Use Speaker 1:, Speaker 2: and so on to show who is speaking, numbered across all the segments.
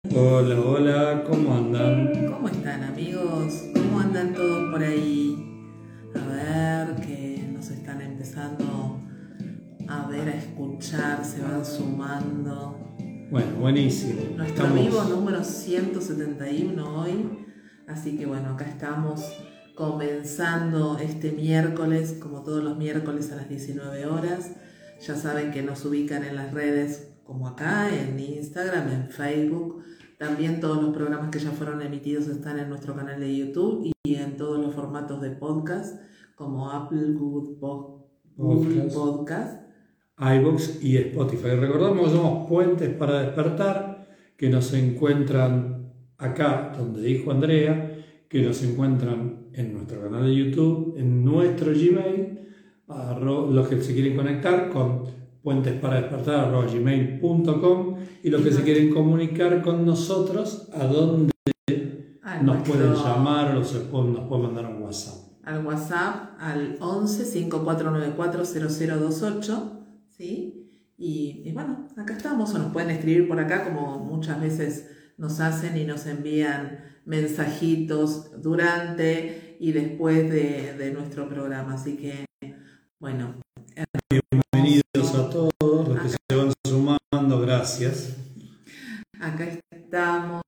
Speaker 1: Hola, hola, ¿cómo andan?
Speaker 2: ¿Cómo están, amigos? ¿Cómo andan todos por ahí? A ver, que nos están empezando a ver, a escuchar, se van sumando.
Speaker 1: Bueno, buenísimo.
Speaker 2: Nuestro vivo
Speaker 1: Estamos,
Speaker 2: número 171 hoy. Así que bueno, acá estamos comenzando este miércoles, como todos los miércoles a las 19 horas. Ya saben que nos ubican en las redes como acá, en Instagram, en Facebook. También todos los programas que ya fueron emitidos están en nuestro canal de YouTube y en todos los formatos de podcast como Apple, Google
Speaker 1: podcast,
Speaker 2: Podcast.
Speaker 1: iVoox y Spotify. Recordamos que somos Puentes para Despertar, que nos encuentran acá, donde dijo Andrea, que nos encuentran en nuestro canal de YouTube, en nuestro Gmail, los que se quieren conectar con puentesparadespertar@gmail.com y los
Speaker 2: Y
Speaker 1: que se
Speaker 2: nuestro,
Speaker 1: quieren comunicar con nosotros, a donde
Speaker 2: a
Speaker 1: nos pueden
Speaker 2: nuestro
Speaker 1: llamar o nos pueden mandar un WhatsApp.
Speaker 2: al WhatsApp al 11 5494 0028, ¿sí? Y bueno, acá estamos, o nos pueden escribir por acá como muchas veces nos hacen y nos envían mensajitos durante y después de nuestro programa. Así que, bueno,
Speaker 1: Bienvenidos a
Speaker 2: hermoso.
Speaker 1: todos los que
Speaker 2: Acá,
Speaker 1: se van sumando, gracias.
Speaker 2: acá estamos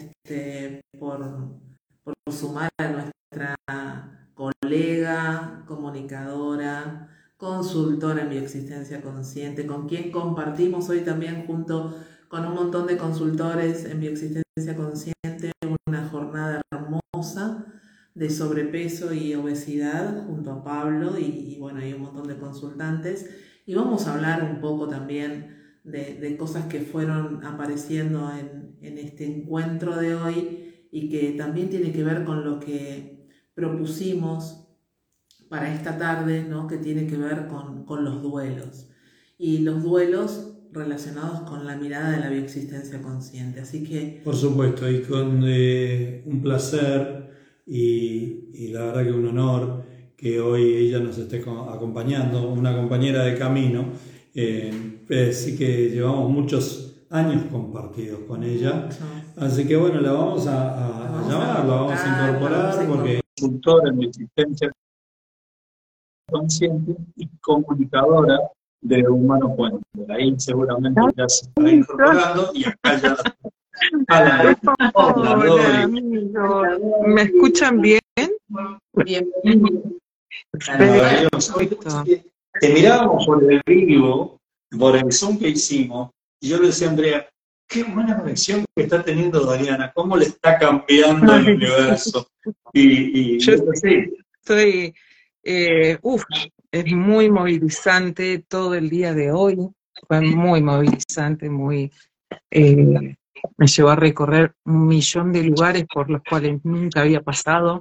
Speaker 2: por sumar a nuestra colega, comunicadora, consultora en bioexistencia consciente, con quien compartimos hoy también junto con un montón de consultores en bioexistencia consciente una jornada hermosa de sobrepeso y obesidad junto a Pablo y bueno, hay un montón de consultantes. Y vamos a hablar un poco también de cosas que fueron apareciendo en este encuentro de hoy y que también tiene que ver con lo que propusimos para esta tarde, ¿no? Que tiene que ver con los duelos. Y los duelos relacionados con la mirada de la bioexistencia consciente. Así que,
Speaker 1: Por supuesto, y con un placer y la verdad que un honor que hoy ella nos esté acompañando, una compañera de camino. Sí que llevamos muchos años compartidos con ella,
Speaker 2: muchos,
Speaker 1: así que bueno, la vamos
Speaker 2: la
Speaker 1: a
Speaker 2: vamos a
Speaker 1: llamar, la vamos a
Speaker 2: convocar, la vamos a
Speaker 1: incorporar porque
Speaker 2: incorporar.
Speaker 1: es consultora en existencia consciente y comunicadora de Humano Puente. Ahí seguramente ya se estará incorporando y acá ya Alan. Hola,
Speaker 3: Hola,
Speaker 1: Dori.
Speaker 3: amigos. ¿Me escuchan bien?
Speaker 2: Bienvenido.
Speaker 1: Maravilloso.
Speaker 3: Perfecto.
Speaker 1: Te mirábamos por el vivo, por el Zoom que hicimos, y yo le decía a Andrea, qué buena conexión que está teniendo Doriana, cómo le está cambiando el
Speaker 3: Ay,
Speaker 1: universo.
Speaker 3: yo
Speaker 1: Es así.
Speaker 3: estoy, uf, es muy movilizante todo el día de hoy. Fue muy movilizante, eh, me llevó a recorrer 1 millón de lugares por los cuales nunca había pasado.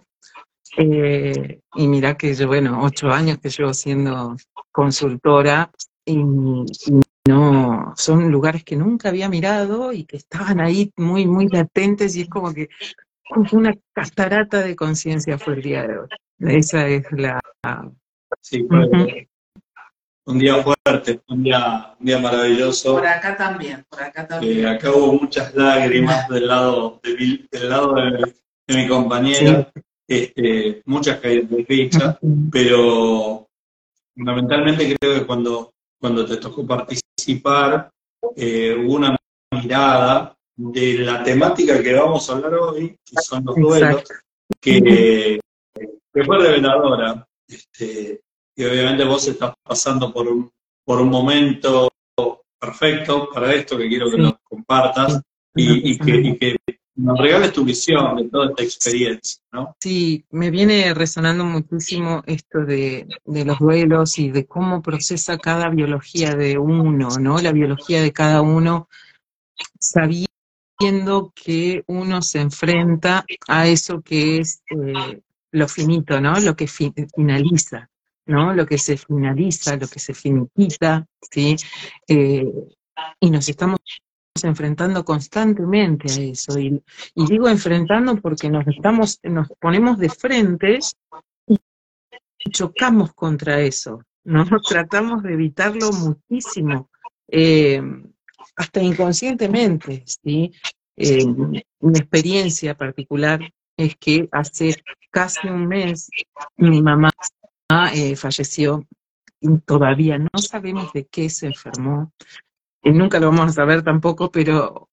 Speaker 3: Y mirá que yo, bueno, 8 años que llevo siendo consultora y no, son lugares que nunca había mirado y que estaban ahí muy, muy latentes y es como que una catarata de conciencia fue el día de hoy. Esa es la...
Speaker 1: Sí,
Speaker 3: Ujú.
Speaker 1: fue un día fuerte, un día maravilloso.
Speaker 2: Por acá también.
Speaker 1: Acá hubo muchas lágrimas del lado de mi
Speaker 3: Sí.
Speaker 1: compañera, muchas caídas de ficha,
Speaker 3: Ujú.
Speaker 1: pero fundamentalmente creo que cuando te tocó participar, hubo una mirada de la temática que vamos a hablar hoy, que son los duelos,
Speaker 3: Exacto.
Speaker 1: que fue reveladora. Y obviamente vos estás pasando por un momento perfecto para esto, que quiero que
Speaker 3: Sí,
Speaker 1: nos compartas
Speaker 3: no
Speaker 1: y
Speaker 3: pasa nada.
Speaker 1: que nos regales tu visión de toda esta experiencia, ¿no?
Speaker 3: Sí, me viene resonando muchísimo esto de los duelos y de cómo procesa cada biología de uno, ¿no? La biología de cada uno, sabiendo que uno se enfrenta a eso que es lo finito, ¿no? Lo que finaliza, ¿no? Lo que se finaliza, lo que se finiquita, ¿sí? Eh, y nos estamos enfrentando constantemente a eso. Y digo enfrentando porque nos ponemos de frente y chocamos contra eso, ¿no? Tratamos de evitarlo muchísimo, eh, hasta inconscientemente, ¿sí? mi experiencia particular es que hace casi un mes mi mamá falleció y todavía no sabemos de qué se enfermó. Y nunca lo vamos a saber tampoco, pero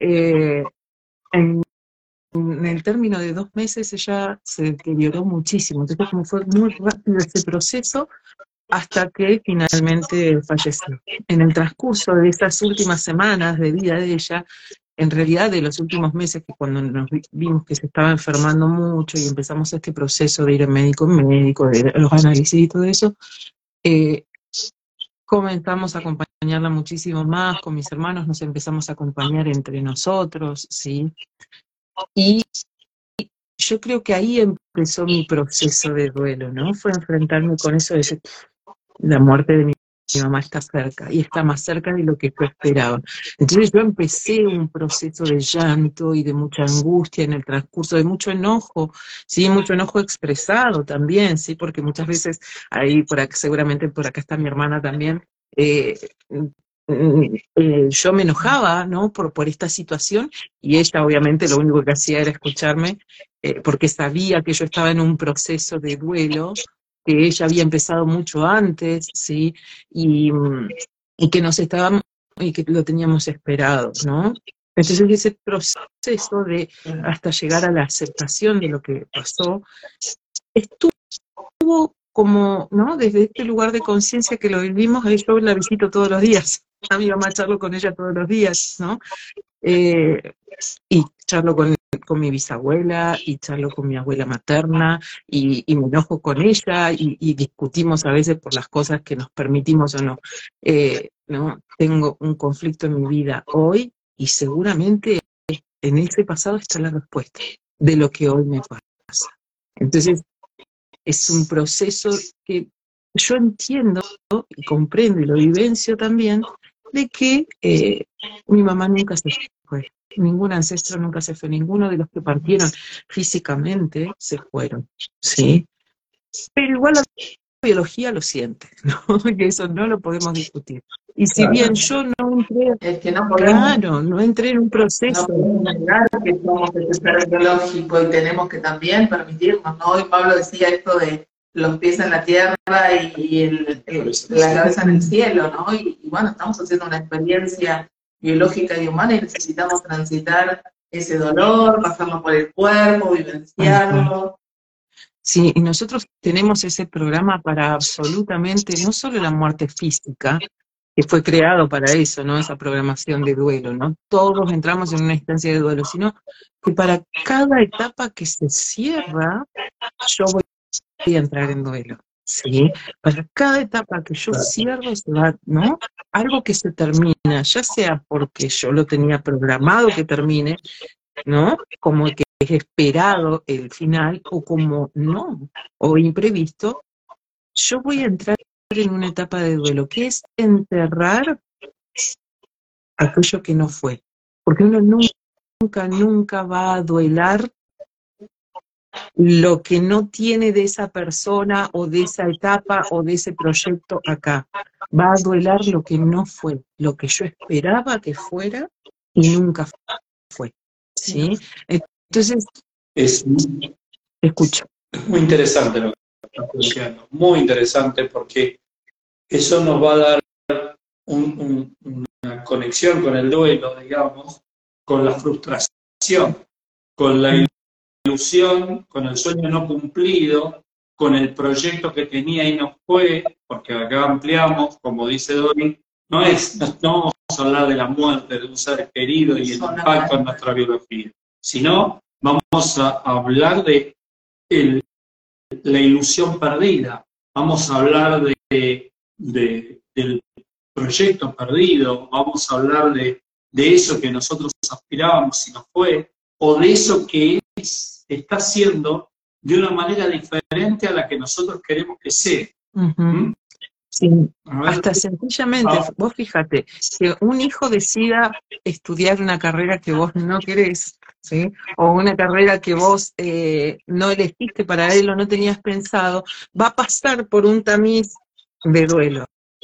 Speaker 3: en el término de 2 meses ella se deterioró muchísimo. Entonces, como fue muy rápido ese proceso, hasta que finalmente falleció. En el transcurso de esas últimas semanas de vida de ella, en realidad de los últimos meses, que cuando nos vimos que se estaba enfermando mucho y empezamos este proceso de ir de médico en médico, de los análisis y todo eso, comenzamos a acompañarla muchísimo más, con mis hermanos nos empezamos a acompañar entre nosotros, ¿sí? Y yo creo que ahí empezó mi proceso de duelo, ¿no? Fue enfrentarme con eso de decir, la muerte de mi mamá está cerca, y está más cerca de lo que yo esperaba. Entonces yo empecé un proceso de llanto y de mucha angustia en el transcurso, de mucho enojo, ¿sí? Mucho enojo expresado también, ¿sí? Porque muchas veces, ahí por acá, seguramente por acá está mi hermana también, yo me enojaba, ¿no? por esta situación, y ella obviamente lo único que hacía era escucharme, porque sabía que yo estaba en un proceso de duelo, que ella había empezado mucho antes, ¿sí? Y que nos estábamos, y que lo teníamos esperado, ¿no? Entonces ese proceso de hasta llegar a la aceptación de lo que pasó, estuvo como, ¿no? Desde este lugar de conciencia que lo vivimos, ahí yo la visito todos los días, a mi mamá charlo con ella todos los días, ¿no? Y charlo con mi bisabuela, y charlo con mi abuela materna, y me enojo con ella, y discutimos a veces por las cosas que nos permitimos o no. ¿No? Tengo un conflicto en mi vida hoy, y seguramente en ese pasado está la respuesta de lo que hoy me pasa. Entonces, es un proceso que yo entiendo y comprendo y lo vivencio también, de que mi mamá nunca se fue, ningún ancestro nunca se fue, ninguno de los que partieron físicamente se fueron, ¿sí? Pero igual la biología lo siente, ¿no? Que eso no lo podemos discutir. Y si bien yo no entré,
Speaker 2: Es que no podemos,
Speaker 3: claro, no entré en un
Speaker 2: no
Speaker 3: proceso.
Speaker 2: podemos negar que somos ese ser biológico y tenemos que también permitirnos, ¿no? Hoy Pablo decía esto de los pies en la tierra y la cabeza en el cielo, ¿no? Y bueno, estamos haciendo una experiencia biológica y humana y necesitamos transitar ese dolor, pasarlo por el cuerpo, vivenciarlo.
Speaker 3: Sí, y nosotros tenemos ese programa para absolutamente, no solo la muerte física, que fue creado para eso, ¿no? Esa programación de duelo, ¿no? Todos entramos en una instancia de duelo, sino que para cada etapa que se cierra, yo voy a entrar en duelo, ¿sí? Para cada etapa que yo cierro, se va, ¿no? Algo que se termina, ya sea porque yo lo tenía programado que termine, ¿no? Como que es esperado el final, o como no, o imprevisto, yo voy a entrar en una etapa de duelo, que es enterrar aquello que no fue. Porque uno nunca va a duelar lo que no tiene de esa persona, o de esa etapa, o de ese proyecto acá. Va a duelar lo que no fue, lo que yo esperaba que fuera y nunca fue, ¿sí? Entonces, escucho.
Speaker 1: muy interesante lo que estás planteando, muy interesante, porque eso nos va a dar una conexión con el duelo, digamos, con la frustración, con la ilusión, con el sueño no cumplido, con el proyecto que tenía y no fue, porque acá ampliamos, como dice Dori, no vamos a hablar de la muerte de un ser querido y el impacto en nuestra biología, sino vamos a hablar de la ilusión perdida, vamos a hablar del proyecto perdido, vamos a hablar de eso que nosotros aspirábamos y no fue, o de eso que está haciendo de una manera diferente a la que nosotros queremos que sea.
Speaker 3: ¿Mm? Sí, hasta sencillamente, vos fíjate, que un hijo decida estudiar una carrera que vos no querés, ¿sí? O una carrera que vos no elegiste para él o no tenías pensado, va a pasar por un tamiz de duelo,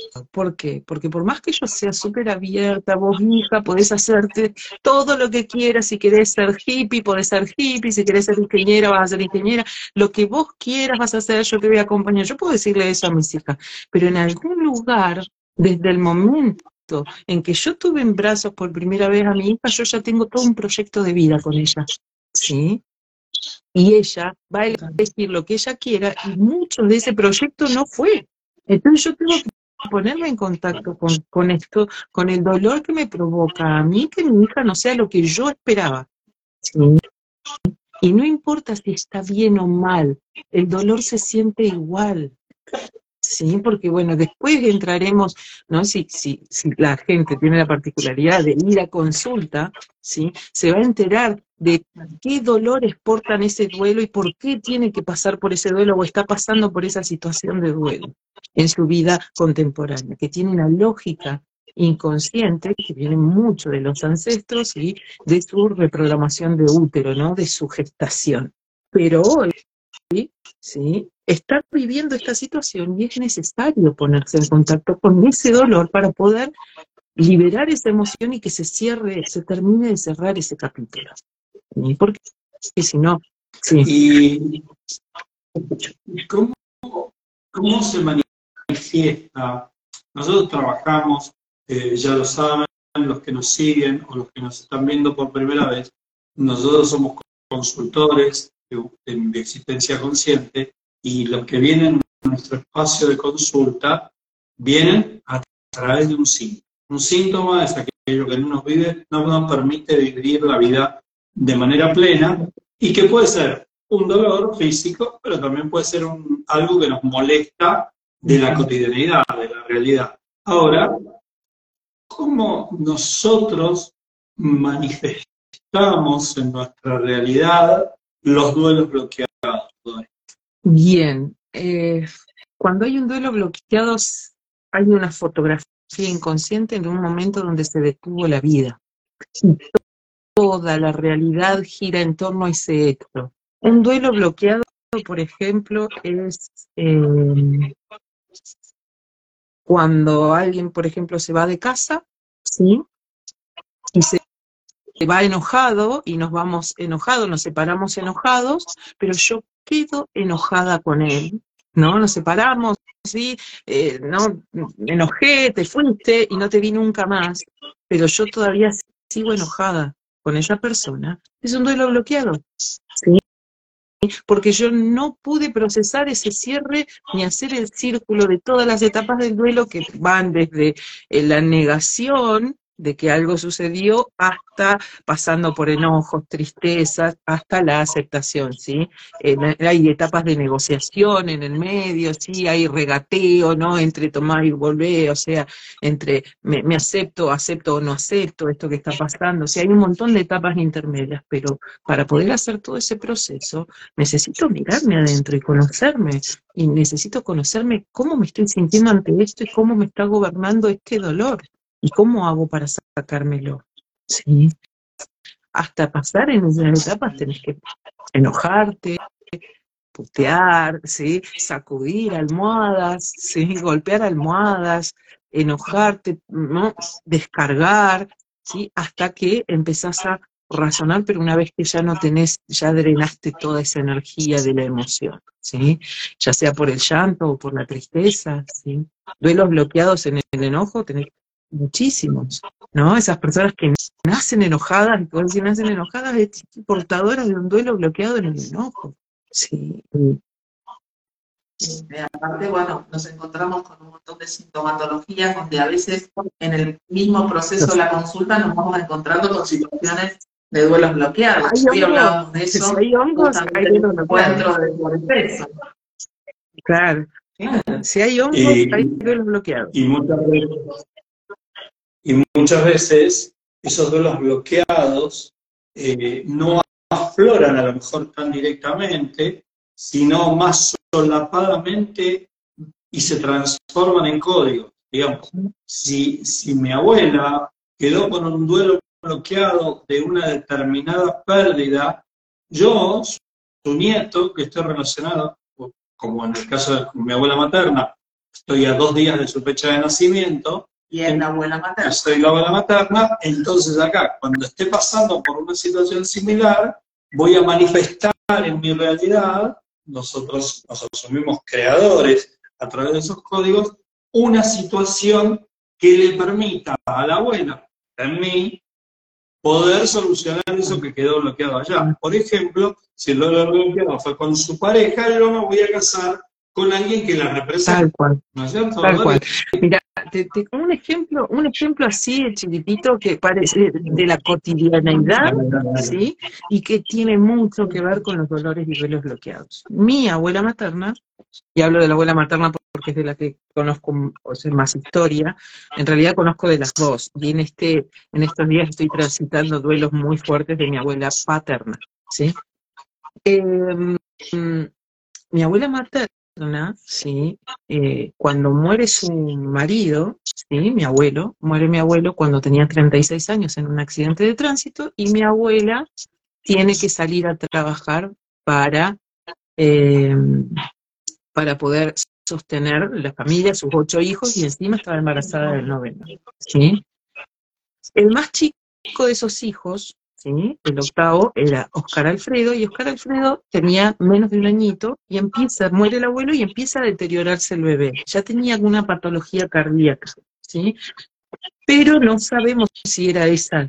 Speaker 3: ¿Por qué? Porque por más que yo sea súper abierta, vos, hija, podés hacerte todo lo que quieras. Si querés ser hippie, podés ser hippie. Si querés ser ingeniera, vas a ser ingeniera. Lo que vos quieras vas a hacer, yo te voy a acompañar. Yo puedo decirle eso a mis hijas. Pero en algún lugar, desde el momento en que yo tuve en brazos por primera vez a mi hija, yo ya tengo todo un proyecto de vida con ella, ¿sí? Y ella va a elegir lo que ella quiera, y mucho de ese proyecto no fue. Entonces yo tengo que ponerme en contacto con esto, con el dolor que me provoca a mí que mi hija no sea lo que yo esperaba, ¿sí? Y no importa si está bien o mal, el dolor se siente igual. Sí, porque bueno, después entraremos, ¿no? Si la gente tiene la particularidad de ir a consulta, ¿sí? Se va a enterar de qué dolores portan ese duelo y por qué tiene que pasar por ese duelo o está pasando por esa situación de duelo en su vida contemporánea, que tiene una lógica inconsciente que viene mucho de los ancestros y de su reprogramación de útero, ¿no? De su gestación. Pero hoy, ¿sí? Está viviendo esta situación y es necesario ponerse en contacto con ese dolor para poder liberar esa emoción y que se termine de cerrar ese capítulo. Porque si no, sí.
Speaker 1: ¿Y cómo se manifiesta? Nosotros trabajamos, ya lo saben los que nos siguen o los que nos están viendo por primera vez, nosotros somos consultores de existencia consciente, y los que vienen a nuestro espacio de consulta vienen a través de un síntoma. Un síntoma es aquello que no nos permite vivir la vida de manera plena, y que puede ser un dolor físico, pero también puede ser algo que nos molesta de la cotidianidad, de la realidad. Ahora, ¿cómo nosotros manifestamos en nuestra realidad los duelos bloqueados?
Speaker 3: Bien, cuando hay un duelo bloqueado, hay una fotografía inconsciente en un momento donde se detuvo la vida. Y toda la realidad gira en torno a ese hecho. Un duelo bloqueado, por ejemplo, es cuando alguien, por ejemplo, se va de casa, ¿sí? Y se va enojado y nos vamos enojados, nos separamos enojados, pero yo quedo enojada con él, ¿no? Nos separamos, ¿sí? No, me enojé, te fuiste y no te vi nunca más, pero yo todavía sigo enojada con esa persona. Es un duelo bloqueado, ¿sí? Porque yo no pude procesar ese cierre ni hacer el círculo de todas las etapas del duelo que van desde la negación de que algo sucedió hasta pasando por enojos, tristezas, hasta la aceptación, ¿sí? Hay etapas de negociación en el medio, ¿sí? Hay regateo, ¿no? Entre tomar y volver, o sea, entre me acepto o no acepto esto que está pasando, o sea, hay un montón de etapas intermedias, pero para poder hacer todo ese proceso, necesito mirarme adentro y conocerme, y necesito conocerme cómo me estoy sintiendo ante esto y cómo me está gobernando este dolor, y cómo hago para sacármelo, ¿sí? Hasta pasar en esas etapas tenés que enojarte, putear, ¿sí? Sacudir almohadas, ¿sí? Golpear almohadas, enojarte, ¿no? Descargar, ¿sí? Hasta que empezás a razonar, pero una vez que ya no tenés, ya drenaste toda esa energía de la emoción, ¿sí? Ya sea por el llanto o por la tristeza, ¿sí? Duelos bloqueados en el enojo tenés muchísimos, ¿no? Esas personas que nacen enojadas, y cuando nacen enojadas, es portadoras de un duelo bloqueado en el enojo. Sí.
Speaker 2: Aparte, bueno, nos encontramos con un montón de sintomatologías donde a veces en el mismo proceso de la consulta nos vamos encontrando con situaciones de duelos bloqueados. Hoy hablábamos de eso,
Speaker 3: si hay hongos, hay duelos
Speaker 2: encuentro de sobrepeso.
Speaker 3: Claro. Si hay hongos, hay duelos bloqueados.
Speaker 1: Y muchas veces esos duelos bloqueados no afloran a lo mejor tan directamente, sino más solapadamente, y se transforman en códigos. Digamos, si mi abuela quedó con un duelo bloqueado de una determinada pérdida, yo, su nieto, que esté relacionado, como en el caso de mi abuela materna, estoy a 2 días de su fecha de nacimiento,
Speaker 2: Y es la abuela materna.
Speaker 1: soy la abuela materna, entonces acá, cuando esté pasando por una situación similar, voy a manifestar en mi realidad, nosotros nos asumimos creadores a través de esos códigos, una situación que le permita a la abuela, en mí, poder solucionar eso que quedó bloqueado allá. Por ejemplo, si el dolor bloqueado fue con su pareja, yo me voy a casar con alguien que la represente.
Speaker 3: Tal cual,
Speaker 1: ¿No es cierto?
Speaker 3: tal cual. Mira, un ejemplo así chiquitito que parece de la cotidianeidad, ¿sí? Y que tiene mucho que ver con los dolores y duelos bloqueados. Mi abuela materna, y hablo de la abuela materna porque es de la que conozco, o sea, más historia, en realidad conozco de las dos, y en estos días estoy transitando duelos muy fuertes de mi abuela paterna, ¿sí? Mi abuela materna, ¿sí? Cuando muere su marido, ¿sí? Muere mi abuelo cuando tenía 36 años en un accidente de tránsito, y mi abuela tiene que salir a trabajar eh, para poder sostener la familia, sus 8 hijos, y encima estaba embarazada del 9º, ¿sí? El más chico de esos hijos, ¿sí? El octavo, era Oscar Alfredo, y Oscar Alfredo tenía menos de un añito, y muere el abuelo y empieza a deteriorarse el bebé. Ya tenía alguna patología cardíaca, ¿sí? Pero no sabemos si era esa,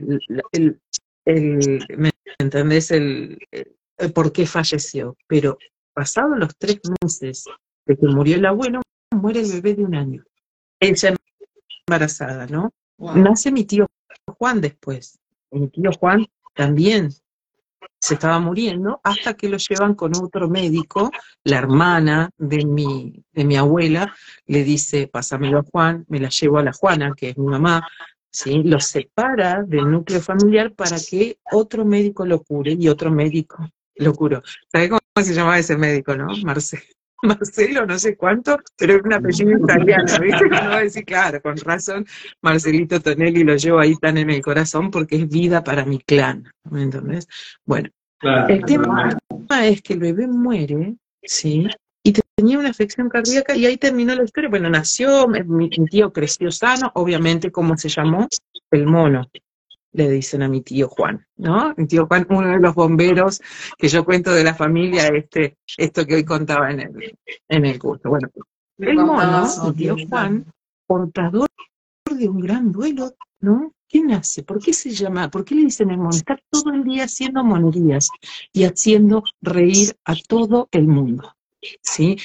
Speaker 3: ¿me entendés? El por qué falleció. Pero pasados los 3 meses de que murió el abuelo, muere el bebé de 1 año. Ella embarazada, ¿no?
Speaker 2: Wow.
Speaker 3: Nace mi tío Juan después. Y mi tío Juan también se estaba muriendo, hasta que lo llevan con otro médico. La hermana de mi abuela le dice, pásamelo a Juan, me la llevo a la Juana, que es mi mamá, ¿sí? Lo separa del núcleo familiar para que otro médico lo cure, y otro médico lo curó. ¿Sabés cómo se llamaba ese médico, no? Marcelo, no sé cuánto, pero es un apellido italiano, ¿viste? Uno va a decir, claro, con razón, Marcelito Tonelli lo llevo ahí tan en el corazón porque es vida para mi clan, ¿me entendés? Bueno,
Speaker 1: Claro,
Speaker 3: el tema es que el bebé muere, ¿sí? Y tenía una afección cardíaca, y ahí terminó la historia. Bueno, nació, mi tío creció sano, obviamente. ¿Cómo se llamó? El mono, le dicen a mi tío Juan, ¿no? Mi tío Juan, uno de los bomberos que yo cuento de la familia, esto que hoy contaba en el curso. Bueno, el mono, mi tío Juan, portador de un gran duelo, ¿no? ¿Qué nace? ¿Por qué se llama? ¿Por qué le dicen el mono? Está todo el día haciendo monerías y haciendo reír a todo el mundo, ¿sí?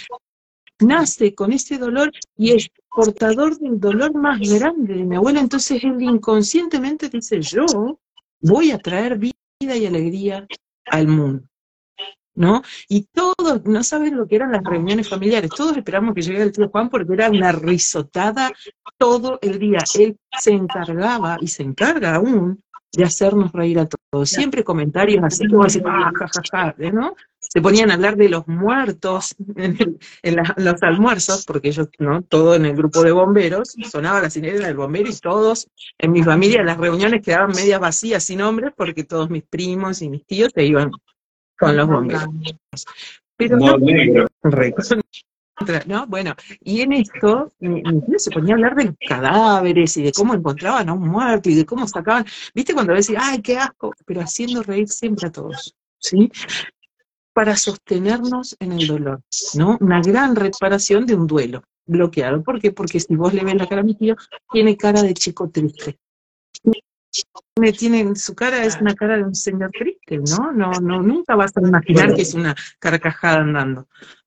Speaker 3: Nace con ese dolor y es portador del dolor más grande de mi abuela. Entonces él inconscientemente dice, yo voy a traer vida y alegría al mundo, ¿no? Y todos, no saben lo que eran las reuniones familiares, todos esperamos que llegue el tío Juan porque era una risotada todo el día. Él se encargaba, y se encarga aún, de hacernos reír a todos. Siempre comentarios así como decir, jajaja, ¿no? Se ponían a hablar de los muertos en los almuerzos, porque ellos, ¿no? Todo en el grupo de bomberos, sonaba la sirena del bombero, y todos, en mi familia, las reuniones quedaban medias vacías, sin hombres, porque todos mis primos y mis tíos se iban con los bomberos. Pero no, ¿no? Bueno, y en esto, mi tío se ponía a hablar de los cadáveres y de cómo encontraban a un muerto y de cómo sacaban, ¿viste? Cuando decía, ¡ay, qué asco! Pero haciendo reír siempre a todos, ¿sí? Para sostenernos en el dolor, ¿no? Una gran reparación de un duelo bloqueado. ¿Por qué? Porque si vos le ves la cara a mi tío, tiene cara de chico triste. Su cara es una cara de un señor triste, ¿no? No, nunca vas a imaginar que es una carcajada andando.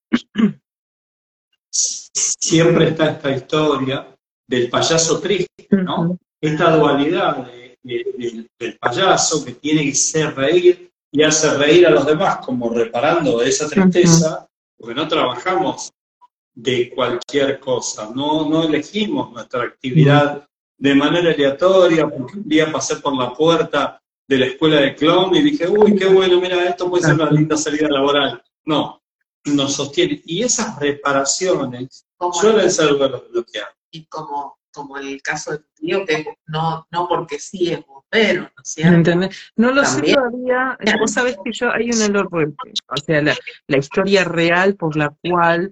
Speaker 1: Siempre está esta historia del payaso triste, ¿no? Esta dualidad del payaso que tiene que hacer reír y hace reír a los demás, como reparando esa tristeza, porque no trabajamos de cualquier cosa, no elegimos nuestra actividad de manera aleatoria, porque un día pasé por la puerta de la escuela de clown y dije, uy, qué bueno, mira, esto puede ser una linda salida laboral. No, nos sostiene. Y esas reparaciones suelen ser bloqueadas.
Speaker 2: Y como el caso de tu tío, que no porque sí es bombero, ¿no es cierto?
Speaker 3: ¿Entendés? No lo sé
Speaker 2: También.
Speaker 3: todavía. Vos sabés que hay un olor, o sea, la historia real por la cual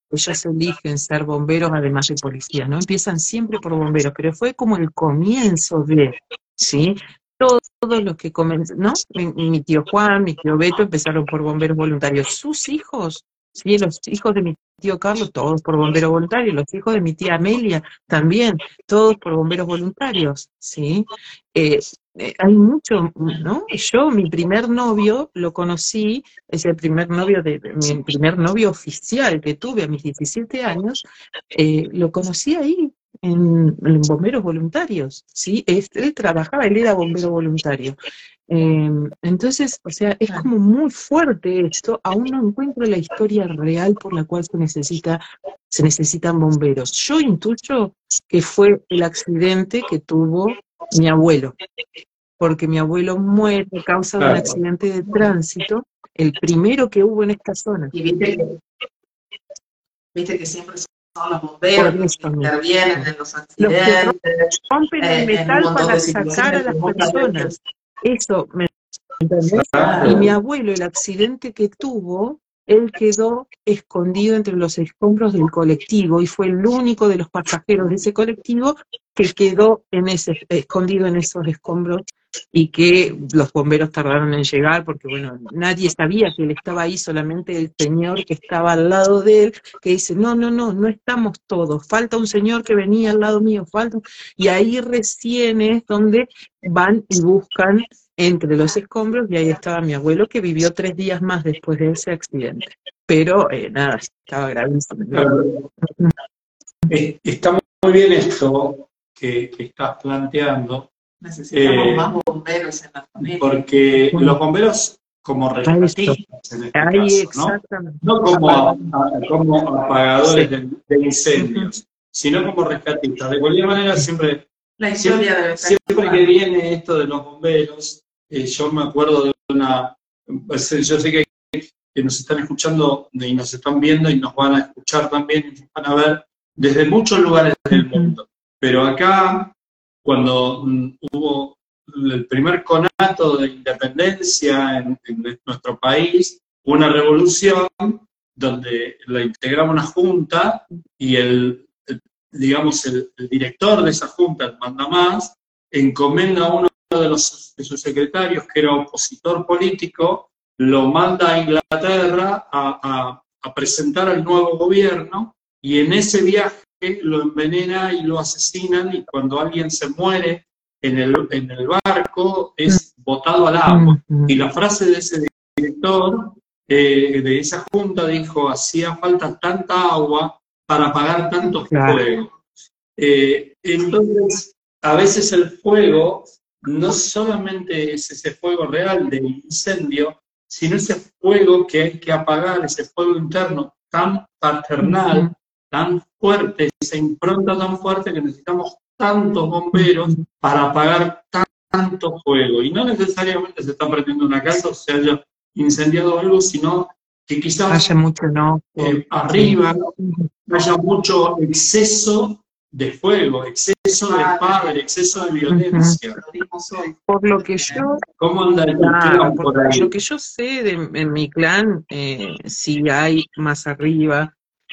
Speaker 3: ellos eligen ser bomberos además de policías, ¿no? Empiezan siempre por bomberos, pero fue como el comienzo de, ¿sí? Todos los que comenzaron, ¿no? Mi tío Juan, mi tío Beto empezaron por bomberos voluntarios. Sus hijos, ¿sí? Los hijos de mi tío Carlos, todos por bomberos voluntarios. Los hijos de mi tía Amelia, también, todos por bomberos voluntarios, ¿sí? Hay mucho, ¿no? Yo, mi primer novio, lo conocí, es el primer novio mi primer novio oficial que tuve a mis 17 años, lo conocí ahí, en bomberos voluntarios, ¿sí? Él trabajaba, él era bombero voluntario. Entonces, o sea, es como muy fuerte esto, aún no encuentro la historia real por la cual se necesitan bomberos. Yo intuyo que fue el accidente que tuvo mi abuelo, porque mi abuelo muere a causa de un accidente de tránsito, el primero que hubo en esta zona.
Speaker 2: Y viste que siempre son los bomberos los que intervienen en los accidentes,
Speaker 3: los que rompen el metal para sacar a las personas. Eso, ¿me entendés? Y mi abuelo, el accidente que tuvo, él quedó escondido entre los escombros del colectivo y fue el único de los pasajeros de ese colectivo que quedó escondido en esos escombros, y que los bomberos tardaron en llegar porque, bueno, nadie sabía que él estaba ahí, solamente el señor que estaba al lado de él, que dice, no estamos todos, falta un señor que venía al lado mío, y ahí recién es donde van y buscan entre los escombros, y ahí estaba mi abuelo, que vivió 3 días más después de ese accidente. Pero, nada, estaba gravísimo.
Speaker 1: Está muy bien esto que estás planteando.
Speaker 2: Necesitamos más bomberos en la familia.
Speaker 1: Porque los bomberos como rescatistas, en este caso, ¿no? Como apagadores de incendios, sino como rescatistas. De cualquier manera, siempre que viene esto de los bomberos, yo me acuerdo de yo sé que nos están escuchando y nos están viendo y nos van a escuchar también y nos van a ver desde muchos lugares del mundo. Pero acá, cuando hubo el primer conato de independencia en nuestro país, una revolución donde la integraba una junta y digamos, el director de esa junta, el mandamás, encomienda a uno de sus secretarios, que era opositor político, lo manda a Inglaterra a presentar al nuevo gobierno, y en ese viaje lo envenena y lo asesinan, y cuando alguien se muere en el barco es botado al agua. Y la frase de ese director de esa junta dijo: hacía falta tanta agua para apagar tanto fuego. Entonces, a veces el fuego no solamente es ese fuego real del incendio, sino ese fuego que hay que apagar, ese fuego interno tan paternal, tan fuerte, esa impronta tan fuerte, que necesitamos tantos bomberos para apagar tanto fuego. Y no necesariamente se está prendiendo una casa o se haya incendiado algo, sino que quizás
Speaker 3: haya mucho
Speaker 1: arriba haya mucho exceso de fuego, exceso de padre, exceso de violencia.
Speaker 3: Por lo que yo,
Speaker 1: ¿Cómo anda el clan por ahí?
Speaker 3: Lo que yo sé en mi clan, si hay más arriba,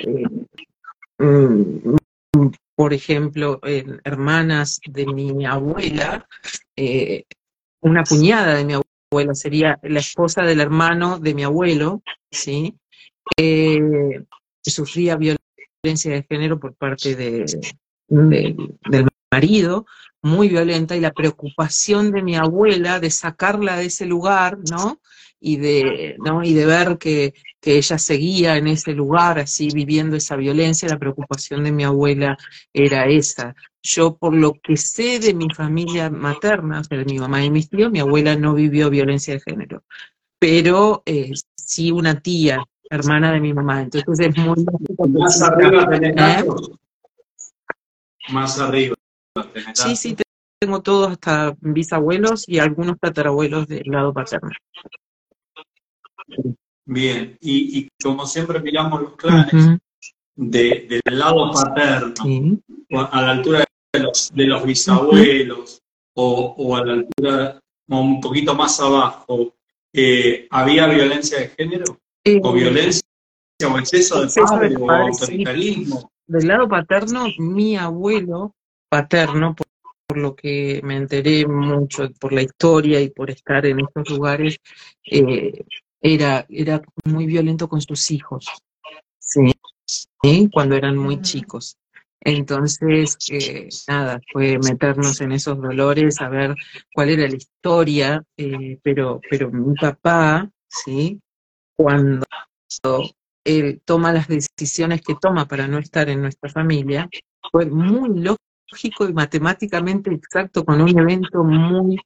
Speaker 3: por ejemplo, hermanas de mi abuela, una cuñada de mi abuela sería la esposa del hermano de mi abuelo, ¿sí? Sufría violencia de género por parte del marido, muy violenta, y la preocupación de mi abuela de sacarla de ese lugar, ¿no? Y de ver que ella seguía en ese lugar, así viviendo esa violencia, la preocupación de mi abuela era esa. Yo, por lo que sé de mi familia materna, o sea, de mi mamá y mis tíos, mi abuela no vivió violencia de género, pero sí una tía, hermana de mi mamá. Entonces es muy...
Speaker 1: Más arriba tenés datos. Más arriba.
Speaker 3: Sí, tengo todos, hasta bisabuelos y algunos tatarabuelos del lado paterno.
Speaker 1: Bien, y como siempre miramos los clanes del lado paterno, a la altura de los bisabuelos, o a la altura un poquito más abajo, ¿había violencia de género? ¿O violencia o exceso de
Speaker 3: Exceso de
Speaker 1: padre o
Speaker 3: padre, sí.
Speaker 1: autoritarismo.
Speaker 3: Del lado paterno, mi abuelo paterno, por lo que me enteré mucho, por la historia y por estar en estos lugares, era muy violento con sus hijos, ¿sí? Cuando eran muy chicos. Entonces, nada, fue meternos en esos dolores, a ver cuál era la historia, pero mi papá, ¿sí? Cuando él toma las decisiones que toma para no estar en nuestra familia, fue muy lógico y matemáticamente exacto con un evento muy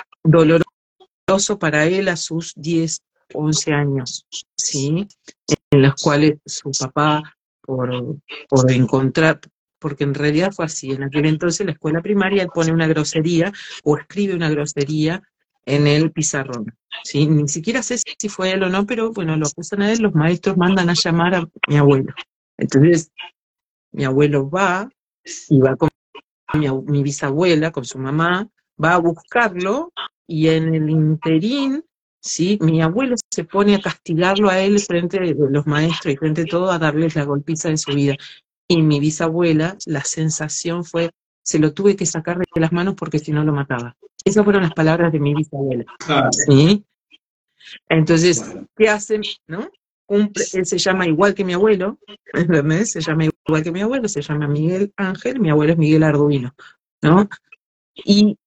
Speaker 3: doloroso para él a sus 10, 11 años, ¿sí? En los cuales su papá, por encontrar, porque en realidad fue así, en aquel entonces la escuela primaria él pone una grosería o escribe una grosería en el pizarrón, ¿sí? Ni siquiera sé si fue él o no, pero bueno, lo acusan a él, los maestros mandan a llamar a mi abuelo. Entonces, mi abuelo va y va con mi bisabuela, con su mamá, va a buscarlo y en el interín, ¿sí? Mi abuelo se pone a castigarlo a él frente de los maestros y frente a todo a darles la golpiza de su vida. Y mi bisabuela, la sensación fue, se lo tuve que sacar de las manos porque si no lo mataba. Esas fueron las palabras de mi bisabuela,
Speaker 1: Claro.
Speaker 3: ¿sí? Entonces,
Speaker 1: Bueno,
Speaker 3: ¿qué hacen? ¿No? Él se llama igual que mi abuelo, ¿entendés? Se llama igual que mi abuelo, se llama Miguel Ángel, mi abuelo es Miguel Arduino, ¿no? Y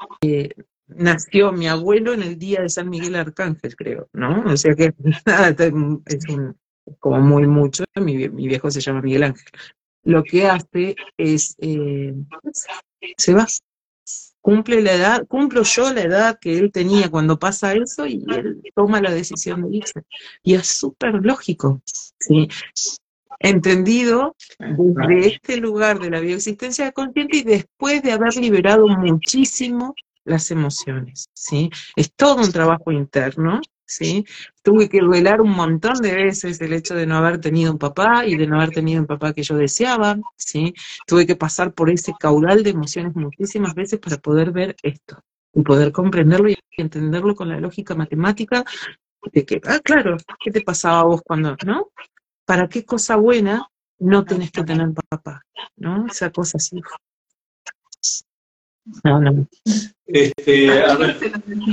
Speaker 3: nació mi abuelo en el día de San Miguel Arcángel, creo, ¿no? O sea que nada, como muy mucho, mi viejo se llama Miguel Ángel. Lo que hace es, se va, cumple la edad, cumplo yo la edad que él tenía cuando pasa eso y él toma la decisión de irse. Y es súper lógico, ¿sí? Entendido desde este lugar de la bioexistencia consciente y después de haber liberado muchísimo las emociones, ¿sí? Es todo un trabajo interno, ¿sí? Tuve que velar un montón de veces el hecho de no haber tenido un papá y de no haber tenido un papá que yo deseaba, ¿sí? Tuve que pasar por ese caudal de emociones muchísimas veces para poder ver esto y poder comprenderlo y entenderlo con la lógica matemática de que, claro, ¿qué te pasaba a vos cuando, no? ¿Para qué cosa buena no tenés que tener papá? ¿No? Esa cosa así. No.
Speaker 1: a ver,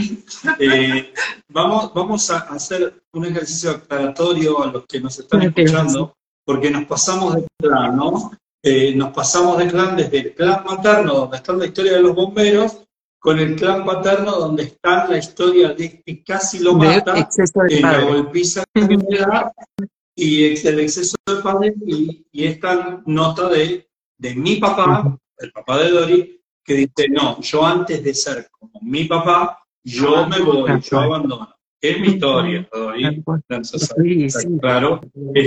Speaker 1: vamos a hacer un ejercicio aclaratorio a los que nos están escuchando, porque nos pasamos de clan, ¿no? Nos pasamos de clan desde el clan materno, donde está la historia de los bomberos, con el clan paterno, donde está la historia de que casi lo mata, la golpiza que le da, y el exceso de padre, y esta nota de mi papá, el papá de Dori, que dice, no, yo antes de ser como mi papá, yo me voy, yo abandono. Es mi historia, Dori, claro,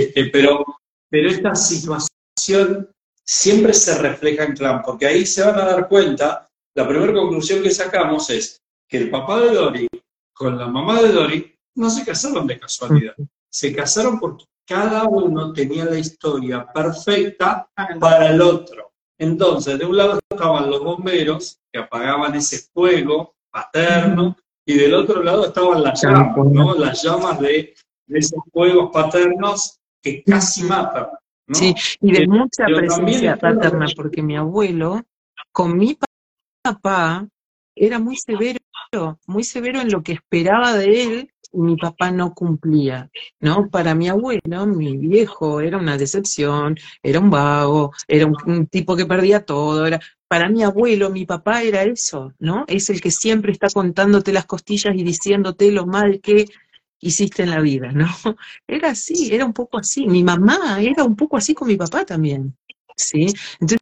Speaker 1: pero esta situación siempre se refleja en clan, porque ahí se van a dar cuenta, la primera conclusión que sacamos es que el papá de Dori con la mamá de Dori no se casaron de casualidad, se casaron porque cada uno tenía la historia perfecta para el otro. Entonces, de un lado estaban los bomberos, que apagaban ese fuego paterno, y del otro lado estaban las llamas, ¿no? Las llamas de esos fuegos paternos que casi matan, ¿no?
Speaker 3: Sí, y de mucha presencia paterna, porque mi abuelo, con mi papá, era muy severo en lo que esperaba de él, y mi papá no cumplía, ¿no? Para mi abuelo, mi viejo era una decepción, era un vago, era un tipo que perdía todo, para mi abuelo, mi papá era eso, ¿no? Es el que siempre está contándote las costillas y diciéndote lo mal que hiciste en la vida, ¿no? Era así, era un poco así. Mi mamá era un poco así con mi papá también, ¿sí? Entonces,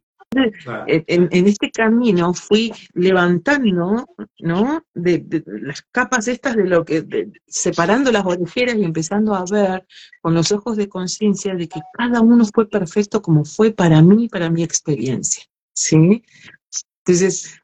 Speaker 3: en este camino fui levantando, ¿no? De las capas estas de lo que, separando las orejeras y empezando a ver con los ojos de conciencia de que cada uno fue perfecto como fue para mí, para mi experiencia, ¿sí? Entonces,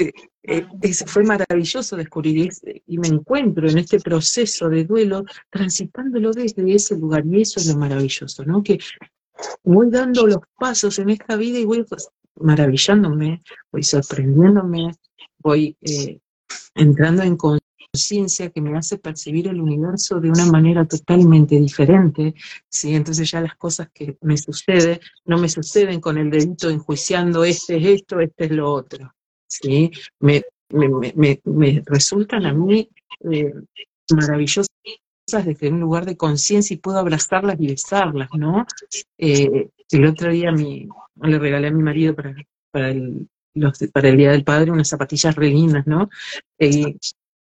Speaker 3: fue maravilloso descubrir y me encuentro en este proceso de duelo transitándolo desde ese lugar, y eso es lo maravilloso, ¿no? Que voy dando los pasos en esta vida y voy maravillándome, voy sorprendiéndome, voy entrando en conciencia que me hace percibir el universo de una manera totalmente diferente, ¿sí? Entonces ya las cosas que me suceden, no me suceden con el dedito enjuiciando este es esto, este es lo otro, ¿sí? Me resultan a mí maravillosas desde un lugar de conciencia y puedo abrazarlas y besarlas, ¿no? El otro día le regalé a mi marido para el Día del Padre unas zapatillas re lindas, ¿no? Y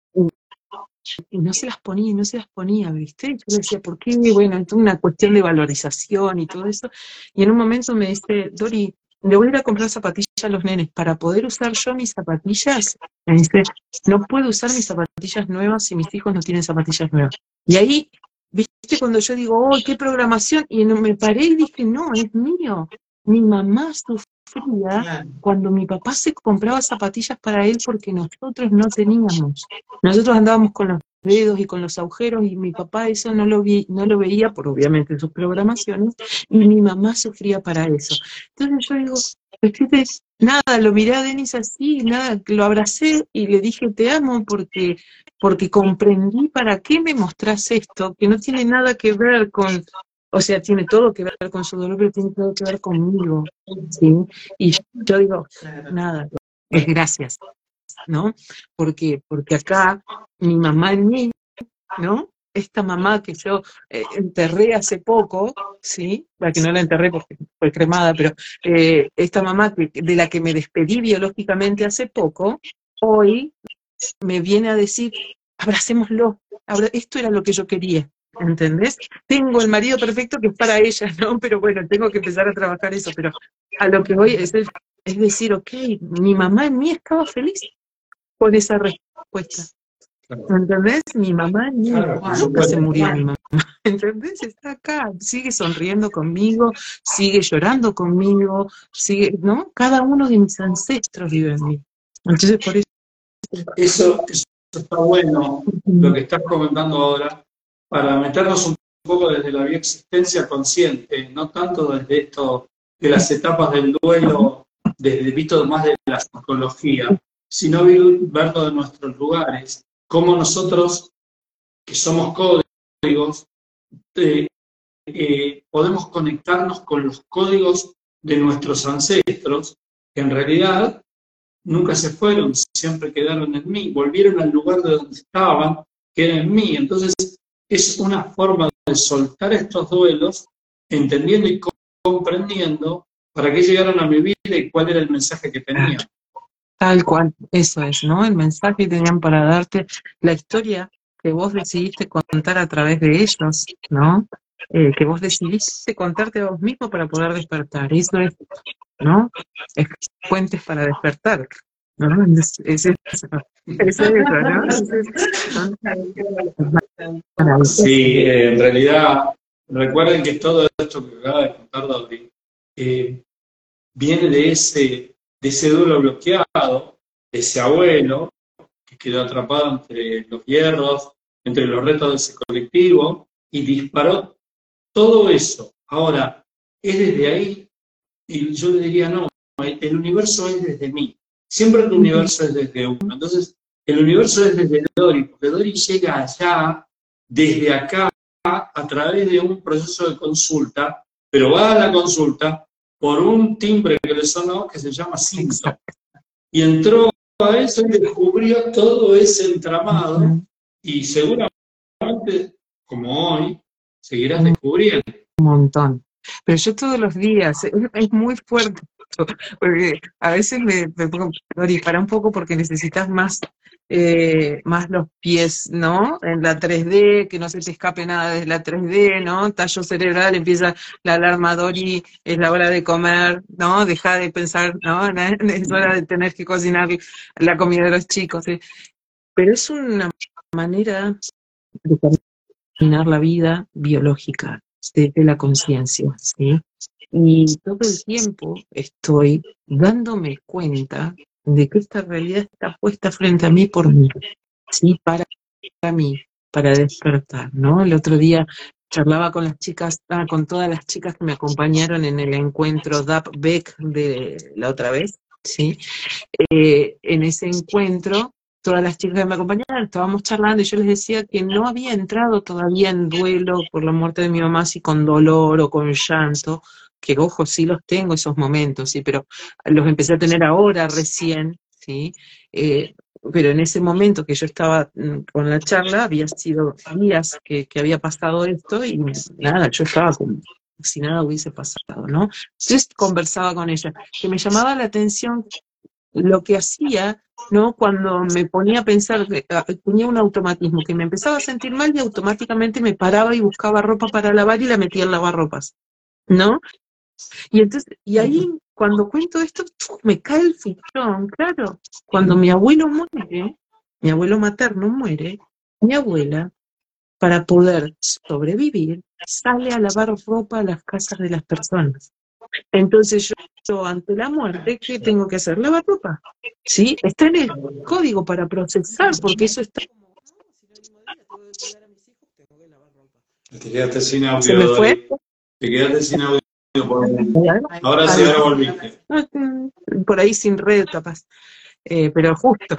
Speaker 3: no se las ponía, no se las ponía, ¿viste? Yo le decía, ¿por qué? Bueno, es una cuestión de valorización y todo eso. Y en un momento me dice, Dori, le voy a ir a comprar zapatillas a los nenes. Para poder usar yo mis zapatillas, me dice, no puedo usar mis zapatillas nuevas si mis hijos no tienen zapatillas nuevas. Y ahí, ¿viste? Cuando yo digo, oh, qué programación, y me paré y dije, no, es mío. Mi mamá sufría cuando mi papá se compraba zapatillas para él porque nosotros no teníamos. Nosotros andábamos con los dedos y con los agujeros y mi papá eso no lo veía por obviamente sus programaciones y mi mamá sufría para eso. Entonces yo digo, nada, lo miré a Denis así, nada, lo abracé y le dije te amo porque comprendí para qué me mostrás esto, que no tiene nada que ver con, o sea, tiene todo que ver con su dolor, pero tiene todo que ver conmigo, ¿sí? Y yo digo, nada, es gracias, ¿no? Porque acá mi mamá en mí, ¿no? Esta mamá que yo enterré hace poco, ¿sí? La que no la enterré porque fue cremada, pero esta mamá de la que me despedí biológicamente hace poco, hoy me viene a decir, abracémoslo, esto era lo que yo quería, ¿entendés? Tengo el marido perfecto que es para ella, ¿no? Pero bueno, tengo que empezar a trabajar eso, pero a lo que voy es decir, ok, mi mamá en mí estaba feliz con esa respuesta. ¿Entendés? Mi mamá nunca se murió, mi mamá. ¿Entendés? Está acá, sigue sonriendo conmigo, sigue llorando conmigo, sigue, ¿no? Cada uno de mis ancestros vive en mí. Entonces, por
Speaker 1: Eso está bueno, lo que estás comentando ahora, para meternos un poco desde la bioexistencia consciente, no tanto desde esto de las etapas del duelo, desde visto más de la psicología, sino verlo de nuestros lugares, cómo nosotros, que somos códigos, podemos conectarnos con los códigos de nuestros ancestros, que en realidad nunca se fueron, siempre quedaron en mí, volvieron al lugar de donde estaban, que era en mí. Entonces, es una forma de soltar estos duelos, entendiendo y comprendiendo para qué llegaron a mi vida y cuál era el mensaje que tenían.
Speaker 3: Tal cual, eso es, ¿no? El mensaje que tenían para darte, la historia que vos decidiste contar a través de ellos, ¿no? Que vos decidiste contarte a vos mismo para poder despertar. Eso es, ¿no? Es puentes para despertar, ¿no? Es eso, ¿no?
Speaker 1: Sí, en realidad, recuerden que todo esto que acaba de contar David viene de ese duelo bloqueado, de ese abuelo que quedó atrapado entre los hierros, entre los retos de ese colectivo y disparó todo eso. Ahora, es desde ahí, y yo le diría, no, el universo es desde mí. Siempre el universo es desde uno. Entonces, el universo es desde Dori, porque Dori llega allá, desde acá, a través de un proceso de consulta, pero va a la consulta por un timbre que le sonó que se llama Simpson. Y entró a eso y descubrió todo ese entramado y seguramente, como hoy, seguirás descubriendo.
Speaker 3: Un montón. Pero yo todos los días, es muy fuerte, porque a veces me pongo, Dori, para un poco porque necesitas más los pies, ¿no? En la 3D, que no se te escape nada desde la 3D, ¿no? Tallo cerebral, empieza la alarma, Dori, es la hora de comer, ¿no? Deja de pensar, ¿no? Es hora de tener que cocinar la comida de los chicos, ¿sí? Pero es una manera de caminar la vida biológica, desde la conciencia, ¿sí? Y todo el tiempo estoy dándome cuenta de que esta realidad está puesta frente a mí por mí, ¿sí? Para mí, para despertar, ¿no? El otro día charlaba con las chicas, con todas las chicas que me acompañaron en el encuentro DAP-BEC de la otra vez, ¿sí? En ese encuentro todas las chicas que me acompañaban, estábamos charlando y yo les decía que no había entrado todavía en duelo por la muerte de mi mamá, así con dolor o con llanto, que ojo, sí los tengo esos momentos, sí, pero los empecé a tener ahora recién, ¿sí? Pero en ese momento que yo estaba con la charla, había sido días que había pasado esto y nada, yo estaba como si nada hubiese pasado, ¿no? Entonces conversaba con ella, que me llamaba la atención lo que hacía, ¿no? Cuando me ponía a pensar, tenía un automatismo, que me empezaba a sentir mal y automáticamente me paraba y buscaba ropa para lavar y la metía en lavarropas, ¿no? Y entonces, y ahí, cuando cuento esto, me cae el fichón, claro. Cuando mi abuelo muere, mi abuelo materno muere, mi abuela, para poder sobrevivir, sale a lavar ropa a las casas de las personas. Entonces yo ante la muerte, ¿qué tengo que hacer? Lavar ropa. ¿Sí? Está en el código para procesar, porque eso está como, no, si el último día tengo que cuidar a mis hijos, tengo que lavar ropa.
Speaker 1: Te quedaste sin audio,
Speaker 3: ¿Se me fue?
Speaker 1: Dori. Te quedaste sin audio. Ahora sí, ahora volviste.
Speaker 3: Por ahí sin red, capaz. Pero justo.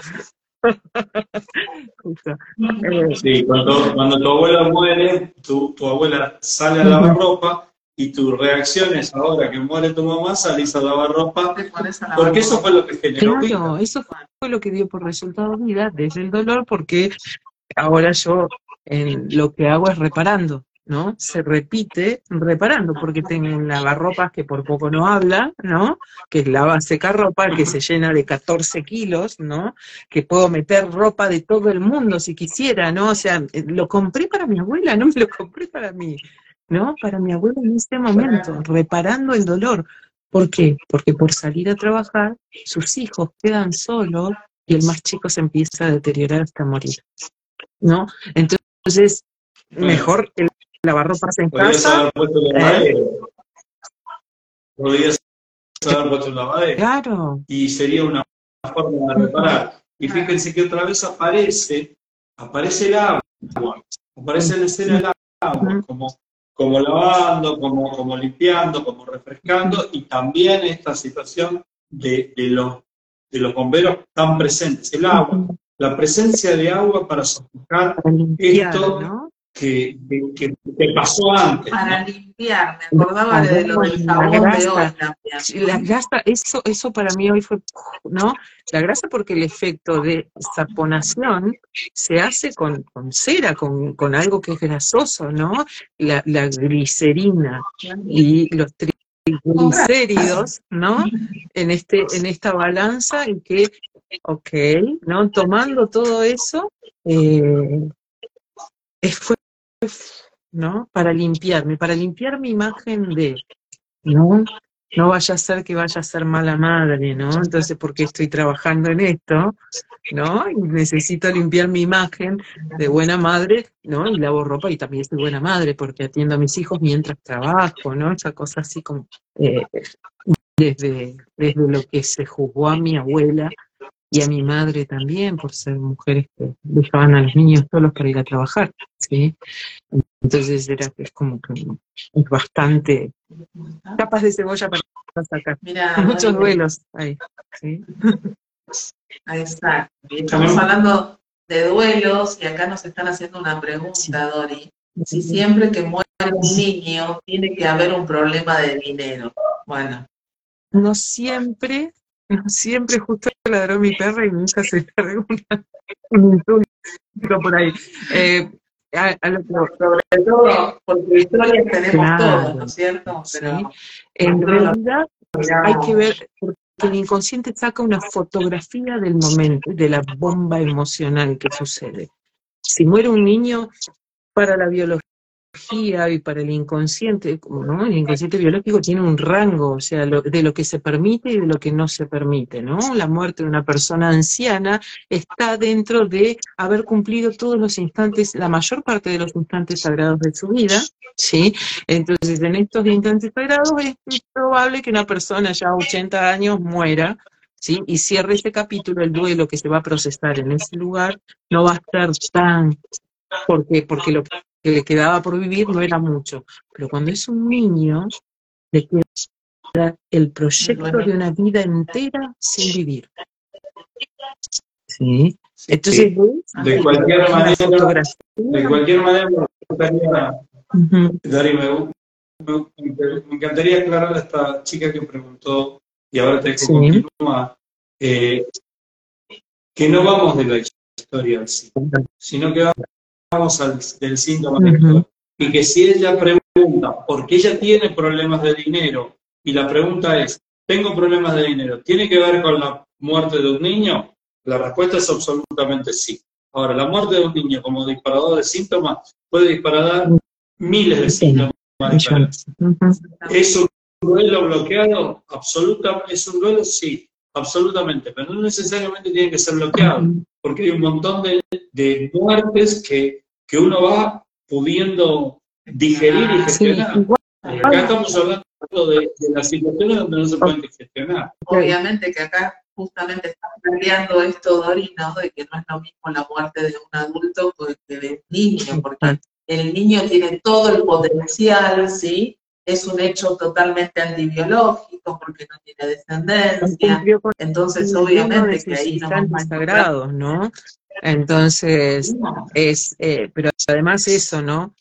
Speaker 3: Justo.
Speaker 1: Sí, cuando tu abuela muere, tu abuela sale a lavar ropa y tu reacción es ahora que muere tu mamá, salís a lavar ropa,
Speaker 2: Te pones a lavar
Speaker 1: porque eso fue lo que generó
Speaker 3: Claro,
Speaker 1: vida.
Speaker 3: eso fue lo que dio por resultado vida desde el dolor, porque ahora yo lo que hago es reparando, ¿no? Se repite reparando, porque tengo un lavarropas que por poco no habla, ¿no? Que es lava seca ropa, que se llena de 14 kilos, ¿no? Que puedo meter ropa de todo el mundo si quisiera, ¿no? O sea, lo compré para mi abuela, no me lo compré para mí, ¿no? Para mi abuela en este momento, reparando el dolor. ¿Por qué? Porque por salir a trabajar, sus hijos quedan solos y el más chico se empieza a deteriorar hasta morir, ¿no? Entonces, mejor el lavarropas en
Speaker 1: Podrías
Speaker 3: casa.
Speaker 1: haber puesto un lavadero. Podrías haber puesto un lavadero.
Speaker 3: Claro.
Speaker 1: Y sería una forma de reparar. Y fíjense que otra vez aparece el agua. Aparece en la escena el agua, como lavando, como limpiando, como refrescando, y también esta situación de los bomberos tan presentes. El agua, la presencia de agua para sofocar esto, ¿no? que pasó antes.
Speaker 2: Para limpiar, me acordaba de lo del jabón de hoy también.
Speaker 3: La grasa, eso para mí hoy fue, ¿no? La grasa porque el efecto de saponación se hace con cera, con algo que es grasoso, ¿no? La glicerina y los triglicéridos, ¿no? En esta balanza en que, ok, ¿no? Tomando todo eso, fue, ¿no? Para limpiar mi imagen de, ¿no? No vaya a ser que vaya a ser mala madre, ¿no? Entonces, porque estoy trabajando en esto, ¿no? Y necesito limpiar mi imagen de buena madre, ¿no? Y lavo ropa y también soy buena madre porque atiendo a mis hijos mientras trabajo, ¿no? Esa cosa así como desde lo que se juzgó a mi abuela y a mi madre también por ser mujeres que dejaban a los niños solos para ir a trabajar, ¿sí? Entonces es como que es bastante capas de cebolla para sacar.
Speaker 2: Mira,
Speaker 3: Muchos duelos ahí, ¿sí?
Speaker 2: Exacto. Y estamos hablando de duelos y acá nos están haciendo una pregunta, Dori. Si siempre que muere un niño tiene que haber un problema de dinero. Bueno.
Speaker 3: No siempre, justo ladró mi perra y mi hija se cargó un insulto por ahí.
Speaker 2: Sobre todo, porque historias tenemos todos, ¿no es cierto?
Speaker 3: Sí.
Speaker 2: Pero
Speaker 3: en realidad hay que ver, porque el inconsciente saca una fotografía del momento, de la bomba emocional que sucede. Si muere un niño, para la biología y para el inconsciente, ¿no? El inconsciente biológico tiene un rango, o sea, de lo que se permite y de lo que no se permite, ¿no? La muerte de una persona anciana está dentro de haber cumplido todos los instantes, la mayor parte de los instantes sagrados de su vida, ¿sí? Entonces, en estos instantes sagrados es probable que una persona ya a 80 años muera, ¿sí? Y cierre ese capítulo, el duelo que se va a procesar en ese lugar, no va a estar tan, porque lo que le quedaba por vivir no era mucho. Pero cuando es un niño, le queda el proyecto de una vida entera sin vivir. ¿Sí? Entonces,
Speaker 1: De cualquier
Speaker 3: una
Speaker 1: manera,
Speaker 3: fotografía.
Speaker 1: me gustaría, Dari, me encantaría aclarar a esta chica que preguntó, y ahora te dejo
Speaker 3: Sí.
Speaker 1: continuar, que no vamos de la historia al síntoma, sino que vamos del síntoma a la historia. Y que si ella pregunta, porque ella tiene problemas de dinero, y la pregunta es, ¿tengo problemas de dinero? ¿Tiene que ver con la muerte de un niño? La respuesta es absolutamente sí. Ahora, la muerte de un niño como disparador de síntomas puede disparar miles de síntomas diferentes. ¿Es un duelo bloqueado? Absolutamente. ¿Es un duelo? Sí, absolutamente. Pero no necesariamente tiene que ser bloqueado, porque hay un montón de muertes que uno va pudiendo digerir y gestionar.
Speaker 3: Sí, igual.
Speaker 1: Acá estamos hablando de las situaciones donde no se pueden gestionar.
Speaker 2: Obviamente que acá justamente está planteando esto, Dori, ¿no? De que no es lo mismo la muerte de un adulto que de un niño, porque el niño tiene todo el potencial, ¿sí? Es un hecho totalmente antibiológico porque no tiene descendencia. Entonces, obviamente que ahí nos vamos a
Speaker 3: sagrados, ¿no? Entonces, pero además eso, ¿no?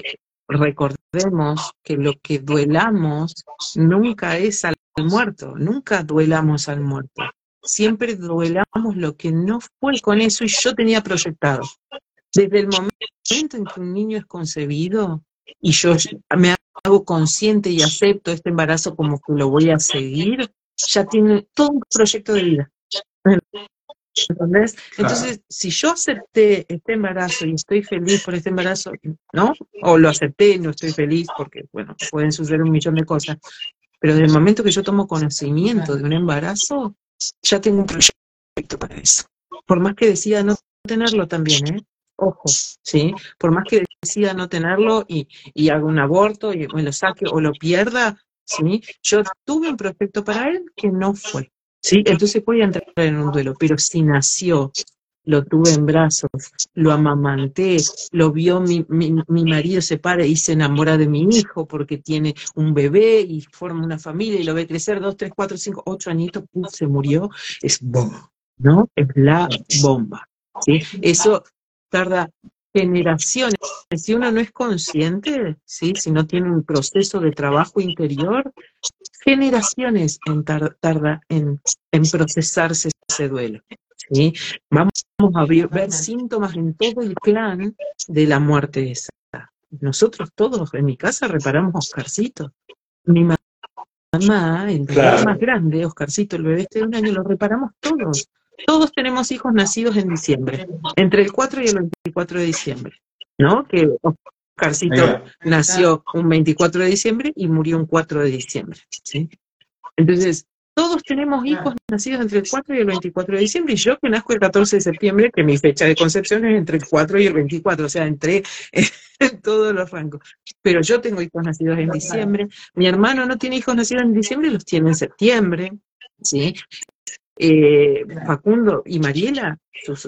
Speaker 3: Recordemos que lo que duelamos nunca es al muerto, nunca duelamos al muerto. Siempre duelamos lo que no fue con eso y yo tenía proyectado. Desde el momento en que un niño es concebido y yo me hago consciente y acepto este embarazo como que lo voy a seguir, ya tiene todo un proyecto de vida. ¿Entendés? Entonces, si yo acepté este embarazo y estoy feliz por este embarazo, ¿no? O lo acepté y no estoy feliz porque, bueno, pueden suceder un millón de cosas, pero desde el momento que yo tomo conocimiento de un embarazo, ya tengo un proyecto para eso. Por más que decida no tenerlo también, ¿eh? Ojo, ¿sí? Por más que decida no tenerlo y haga un aborto y me lo saque o lo pierda, ¿sí? Yo tuve un proyecto para él que no fue. ¿Sí? Entonces voy a entrar en un duelo, pero si nació, lo tuve en brazos, lo amamanté, lo vio mi marido, se para y se enamora de mi hijo porque tiene un bebé y forma una familia y lo ve crecer 2, 3, 4, 5, 8 añitos, se murió, es bomba, ¿no? Es la bomba, ¿sí? Eso tarda generaciones. Si uno no es consciente, ¿sí? Si no tiene un proceso de trabajo interior, generaciones tarda en procesarse ese duelo, ¿sí? Vamos a ver síntomas en todo el clan de la muerte esa. Nosotros todos en mi casa reparamos a Oscarcito. Mi mamá, el bebé más grande, Oscarcito, el bebé de 1 año, lo reparamos todos. Todos tenemos hijos nacidos en diciembre, entre el 4 y el 24 de diciembre, ¿no? Que Oscarcito nació un 24 de diciembre y murió un 4 de diciembre, ¿sí? Entonces, todos tenemos hijos nacidos entre el 4 y el 24 de diciembre, y yo que nazco el 14 de septiembre, que mi fecha de concepción es entre el 4 y el 24, o sea, entré en todos los rangos. Pero yo tengo hijos nacidos en diciembre, mi hermano no tiene hijos nacidos en diciembre, los tiene en septiembre, ¿sí? Facundo y Mariela,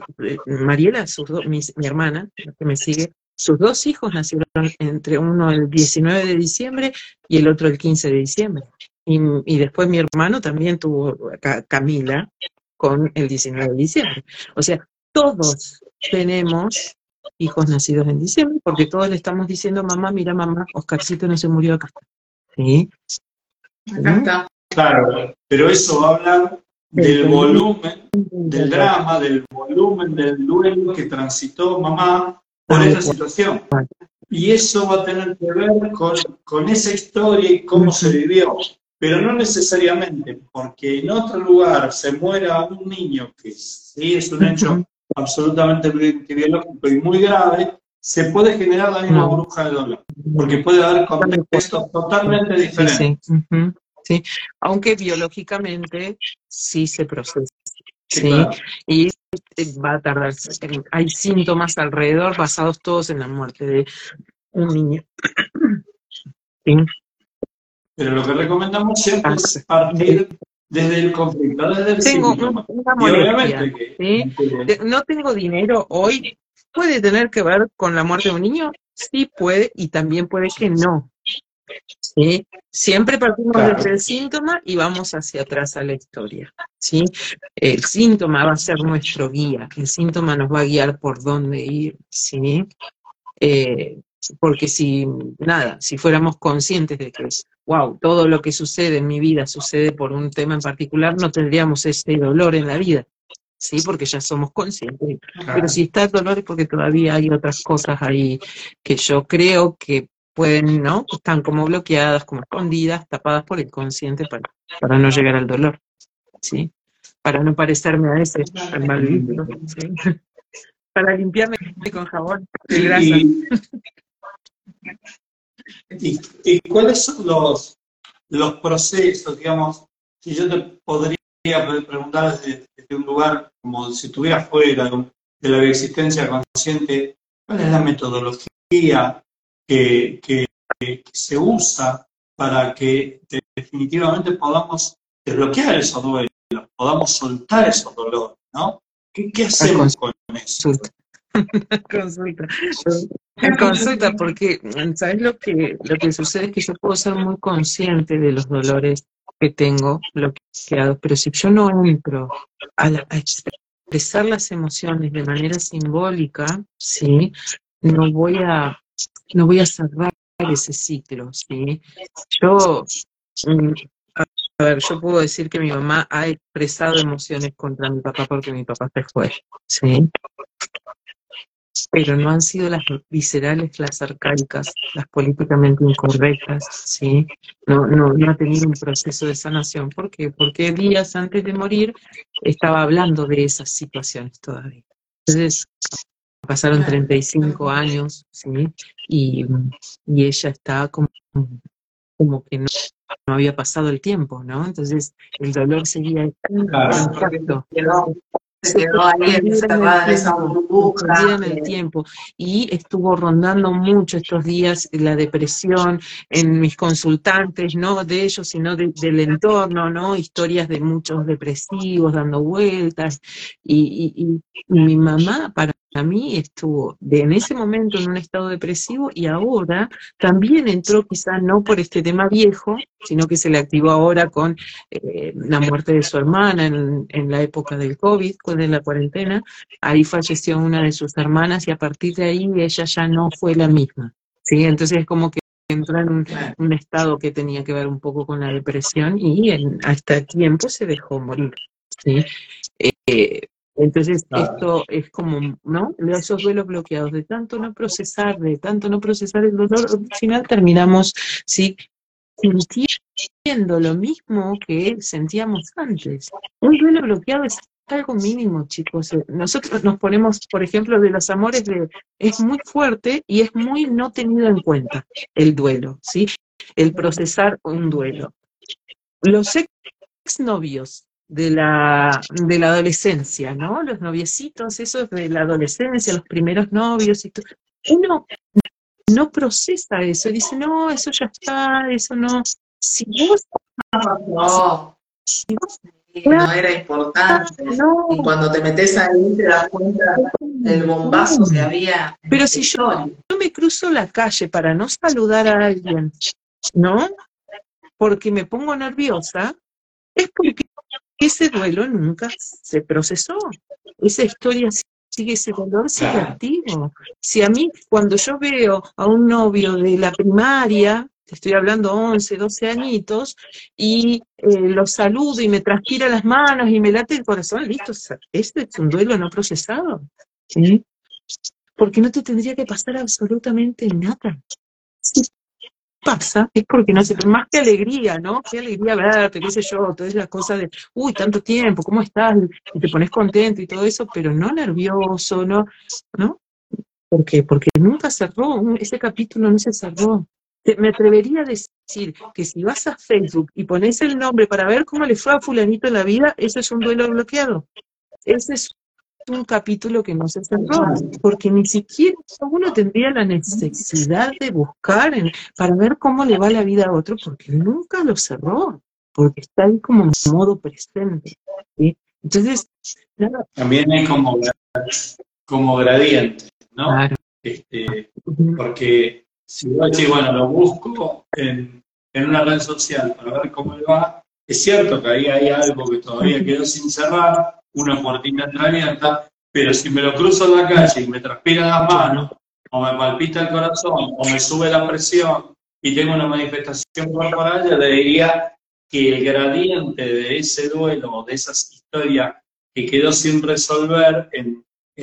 Speaker 3: mi hermana, la que me sigue, sus 2 hijos nacieron entre uno el 19 de diciembre y el otro el 15 de diciembre. Y después mi hermano también tuvo Camila con el 19 de diciembre. O sea, todos tenemos hijos nacidos en diciembre porque todos le estamos diciendo, mamá, mira mamá, Oscarcito no se murió acá. ¿Sí?
Speaker 2: Acá está.
Speaker 1: Claro, pero eso va a hablar del volumen del drama, del volumen del duelo que transitó mamá por esta situación. Y eso va a tener que ver con esa historia y cómo se vivió. Pero no necesariamente, porque en otro lugar se muera un niño, que sí es un hecho absolutamente biológico y muy grave, se puede generar la misma burbuja de dolor, porque puede haber contextos totalmente diferentes.
Speaker 3: Sí, sí. Aunque biológicamente sí se procesa.
Speaker 1: Sí,
Speaker 3: ¿sí?
Speaker 1: claro.
Speaker 3: Y va a tardar, hay síntomas alrededor basados todos en la muerte de un niño. ¿Sí?
Speaker 1: Pero lo que recomendamos siempre es partir desde el conflicto, desde el síntoma.
Speaker 3: Una molestia, ¿sí? No tengo dinero hoy. ¿Puede tener que ver con la muerte de un niño? Sí puede, y también puede que no. ¿sí? Siempre partimos
Speaker 1: Claro.
Speaker 3: desde el síntoma y vamos hacia atrás a la historia, ¿sí? El síntoma va a ser nuestro guía, el síntoma nos va a guiar por dónde ir, ¿sí? Porque si fuéramos conscientes de que, wow, todo lo que sucede en mi vida sucede por un tema en particular, no tendríamos ese dolor en la vida, ¿sí? Porque ya somos conscientes.
Speaker 1: Claro.
Speaker 3: Pero si está el dolor es porque todavía hay otras cosas ahí que yo creo que pueden, ¿no? Están como bloqueadas, como escondidas, tapadas por el consciente para no llegar al dolor, ¿sí? Para no parecerme a ese, al mal visto, ¿sí? Para limpiarme con jabón de grasa.
Speaker 1: ¿Y cuáles son los procesos, digamos, si yo te podría preguntar desde un lugar como si estuviera fuera de la bioexistencia consciente, cuál es la metodología que se usa para que definitivamente podamos desbloquear esos duelos, podamos soltar esos dolores, ¿no? ¿Qué hacemos con eso?
Speaker 3: Consulta, porque ¿sabes lo que sucede? Es que yo puedo ser muy consciente de los dolores que tengo bloqueados, pero si yo no entro a expresar las emociones de manera simbólica, ¿sí? No voy a cerrar ese ciclo, ¿sí? Yo, a ver, yo puedo decir que mi mamá ha expresado emociones contra mi papá porque mi papá se fue, ¿sí? Pero no han sido las viscerales, las arcaicas, las políticamente incorrectas, ¿sí? No ha tenido un proceso de sanación. ¿Por qué? Porque días antes de morir estaba hablando de esas situaciones todavía. Entonces, pasaron 35 años, ¿sí? Y ella estaba como que no había pasado el tiempo, ¿no? Entonces, el dolor seguía intacto.
Speaker 2: Se quedó ahí encerrada en esa burbuja.
Speaker 3: En el tiempo. Y estuvo rondando mucho estos días la depresión en mis consultantes, no de ellos, sino del entorno, ¿no? Historias de muchos depresivos dando vueltas. Y mi mamá, para mí, estuvo en ese momento en un estado depresivo y ahora también entró, quizá no por este tema viejo, sino que se le activó ahora con la muerte de su hermana en la época del COVID, con la cuarentena. Ahí falleció una de sus hermanas y a partir de ahí ella ya no fue la misma, ¿sí? Entonces es como que entró en un estado que tenía que ver un poco con la depresión y hasta tiempo se dejó morir, ¿sí? Entonces esto es como, ¿no? Esos duelos bloqueados de tanto no procesar el dolor, al final terminamos, ¿sí? Sintiendo lo mismo que sentíamos antes. Un duelo bloqueado es algo mínimo, chicos. Nosotros nos ponemos, por ejemplo, de los amores es muy fuerte y es muy no tenido en cuenta el duelo, ¿sí? El procesar un duelo. Los exnovios de la adolescencia, ¿no? Los noviecitos, esos de la adolescencia, los primeros novios y todo. Uno no procesa eso, dice, no, eso ya está, eso no. Si vos
Speaker 2: no era importante.
Speaker 3: No.
Speaker 2: Y cuando te metes ahí te das cuenta del bombazo que había.
Speaker 3: Pero si yo me cruzo la calle para no saludar a alguien, ¿no? Porque me pongo nerviosa, es porque ese duelo nunca se procesó. Esa historia sigue, ese dolor sigue activo. Si a mí, cuando yo veo a un novio de la primaria, te estoy hablando 11, 12 añitos, y lo saludo y me transpira las manos y me late el corazón, listo, este es un duelo no procesado, ¿sí? Porque no te tendría que pasar absolutamente nada. Si pasa, es porque no sé, más que alegría, ¿no? Qué alegría verte, qué sé yo, todas las cosas de, uy, tanto tiempo, ¿cómo estás? Y te pones contento y todo eso, pero no nervioso, ¿no? ¿Por qué? Porque nunca cerró, ese capítulo no se cerró. Me atrevería a decir que si vas a Facebook y pones el nombre para ver cómo le fue a fulanito en la vida, eso es un duelo bloqueado. Ese es un capítulo que no se cerró, porque ni siquiera uno tendría la necesidad de buscar para ver cómo le va la vida a otro, porque nunca lo cerró, porque está ahí como en modo presente, ¿sí? Entonces, nada.
Speaker 1: También hay como gradiente, ¿no?
Speaker 3: Claro.
Speaker 1: Porque Si vos decís, bueno, lo busco en una red social para ver cómo le va, es cierto que ahí hay algo que todavía quedó sin cerrar, una puertita entreabierta, pero si me lo cruzo en la calle y me transpiran las manos, o me palpita el corazón, o me sube la presión y tengo una manifestación corporal, yo le diría que el gradiente de ese duelo, de esas historias que quedó sin resolver, en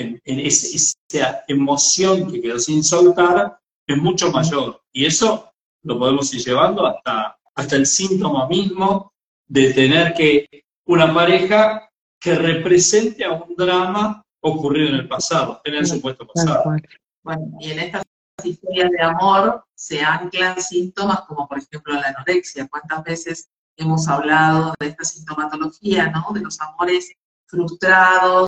Speaker 1: esa emoción que quedó sin soltar, es mucho mayor. Y eso lo podemos ir llevando hasta el síntoma mismo de tener que una pareja que represente a un drama ocurrido en el pasado, en el supuesto pasado.
Speaker 2: Bueno, y en estas historias de amor se anclan síntomas como por ejemplo la anorexia. ¿Cuántas veces hemos hablado de esta sintomatología, ¿no? De los amores frustrados,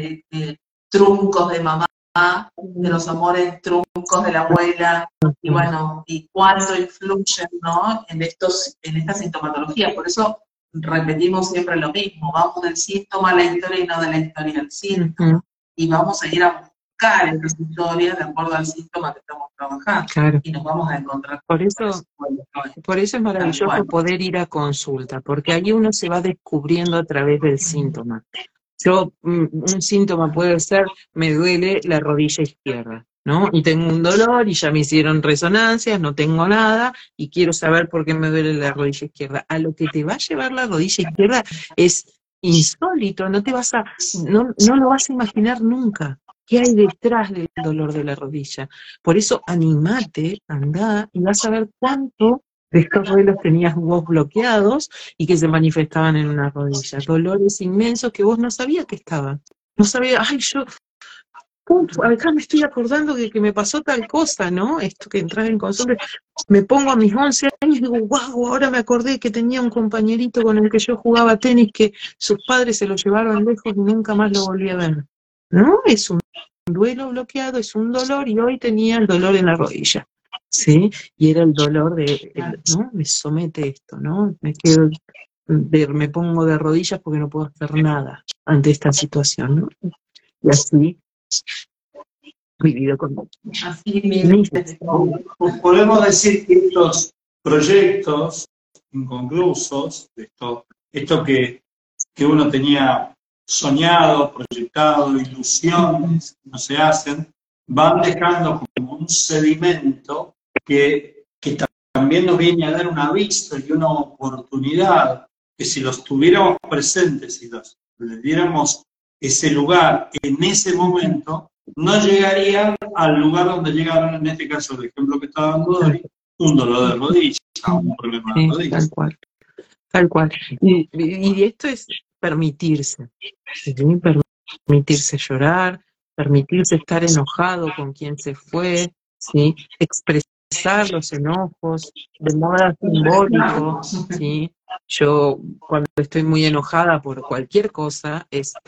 Speaker 2: truncos de mamá, de los amores truncos de la abuela, y bueno, y cuánto influyen, ¿no? en esta sintomatología. Por eso repetimos siempre lo mismo, vamos del síntoma a la historia y no de la historia al síntoma. Y vamos a ir a buscar estas historias de acuerdo al síntoma que estamos trabajando.
Speaker 3: Claro.
Speaker 2: Y nos vamos a encontrar.
Speaker 3: Por eso es maravilloso poder ir a consulta, porque ahí uno se va descubriendo a través del síntoma. Un síntoma puede ser, me duele la rodilla izquierda, ¿no? Y tengo un dolor y ya me hicieron resonancias, no tengo nada y quiero saber por qué me duele la rodilla izquierda. A lo que te va a llevar la rodilla izquierda es insólito, no lo vas a imaginar nunca. ¿Qué hay detrás del dolor de la rodilla? Por eso animate, andá y vas a ver cuánto de estos duelos tenías vos bloqueados y que se manifestaban en una rodilla. Dolores inmensos que vos no sabías que estaban. No sabías, acá me estoy acordando que me pasó tal cosa, ¿no? Esto que entras en consulta, me pongo a mis 11 años y digo, wow, ahora me acordé que tenía un compañerito con el que yo jugaba tenis que sus padres se lo llevaron lejos y nunca más lo volví a ver. ¿No? Es un duelo bloqueado, es un dolor y hoy tenía el dolor en la rodilla. ¿Sí? Y era el dolor ¿no? Me somete esto, ¿no? Me pongo de rodillas porque no puedo hacer nada ante esta situación, ¿no? Y así vivido con
Speaker 2: así mismo.
Speaker 1: Podemos decir que estos proyectos inconclusos, esto que uno tenía soñado, proyectado, ilusiones que no se hacen, van dejando como un sedimento que también nos viene a dar un aviso y una oportunidad, que si los tuviéramos presentes y les diéramos ese lugar en ese momento, no llegarían al lugar donde llegaron, en este caso, el ejemplo que está dando Dori, un dolor de rodilla, un problema de rodilla.
Speaker 3: Tal cual. Y esto es permitirse, ¿sí? Permitirse llorar, permitirse estar enojado con quien se fue, ¿sí? Expresar los enojos de modo simbólico, ¿sí? Yo cuando estoy muy enojada por cualquier cosa,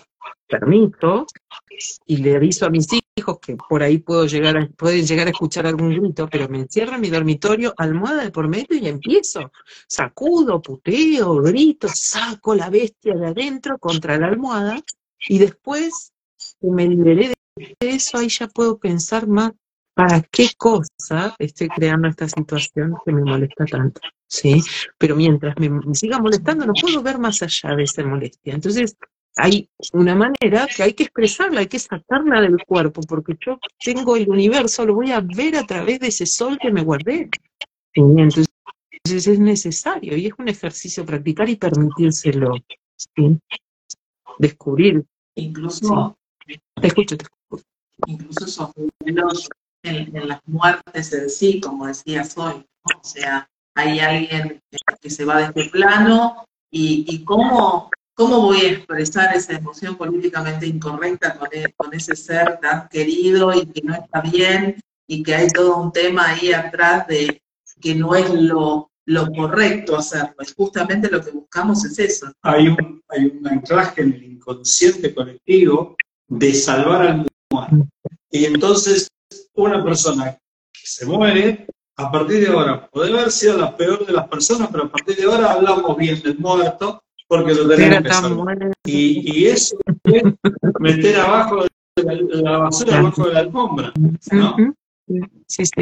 Speaker 3: permito y le aviso a mis hijos que por ahí pueden llegar a escuchar algún grito, pero me encierro en mi dormitorio, almohada de por medio y empiezo. Sacudo, puteo, grito, saco la bestia de adentro contra la almohada y después que me liberé de eso, ahí ya puedo pensar más para qué cosa estoy creando esta situación que me molesta tanto, ¿sí? Pero mientras me siga molestando no puedo ver más allá de esa molestia. Entonces hay una manera que hay que expresarla, hay que sacarla del cuerpo, porque yo tengo el universo, lo voy a ver a través de ese sol que me guardé. ¿Sí? Entonces es necesario y es un ejercicio practicar y permitírselo, ¿sí? Descubrir.
Speaker 2: Incluso,
Speaker 3: sí. Te escucho.
Speaker 2: Incluso esos duelos en las muertes en sí, como decías hoy, ¿no? O sea, hay alguien que se va de este plano y cómo voy a expresar esa emoción políticamente incorrecta con ese ser tan querido y que no está bien y que hay todo un tema ahí atrás de que no es lo correcto hacerlo. Y justamente lo que buscamos es eso.
Speaker 1: Hay un anclaje en el inconsciente colectivo de salvar al muerto. Y entonces una persona que se muere, a partir de ahora, puede haber sido la peor de las personas, pero a partir de ahora hablamos bien del muerto, porque lo tenemos que salvar. Y eso es meter abajo la basura, abajo de la alfombra, ¿no?
Speaker 3: Sí,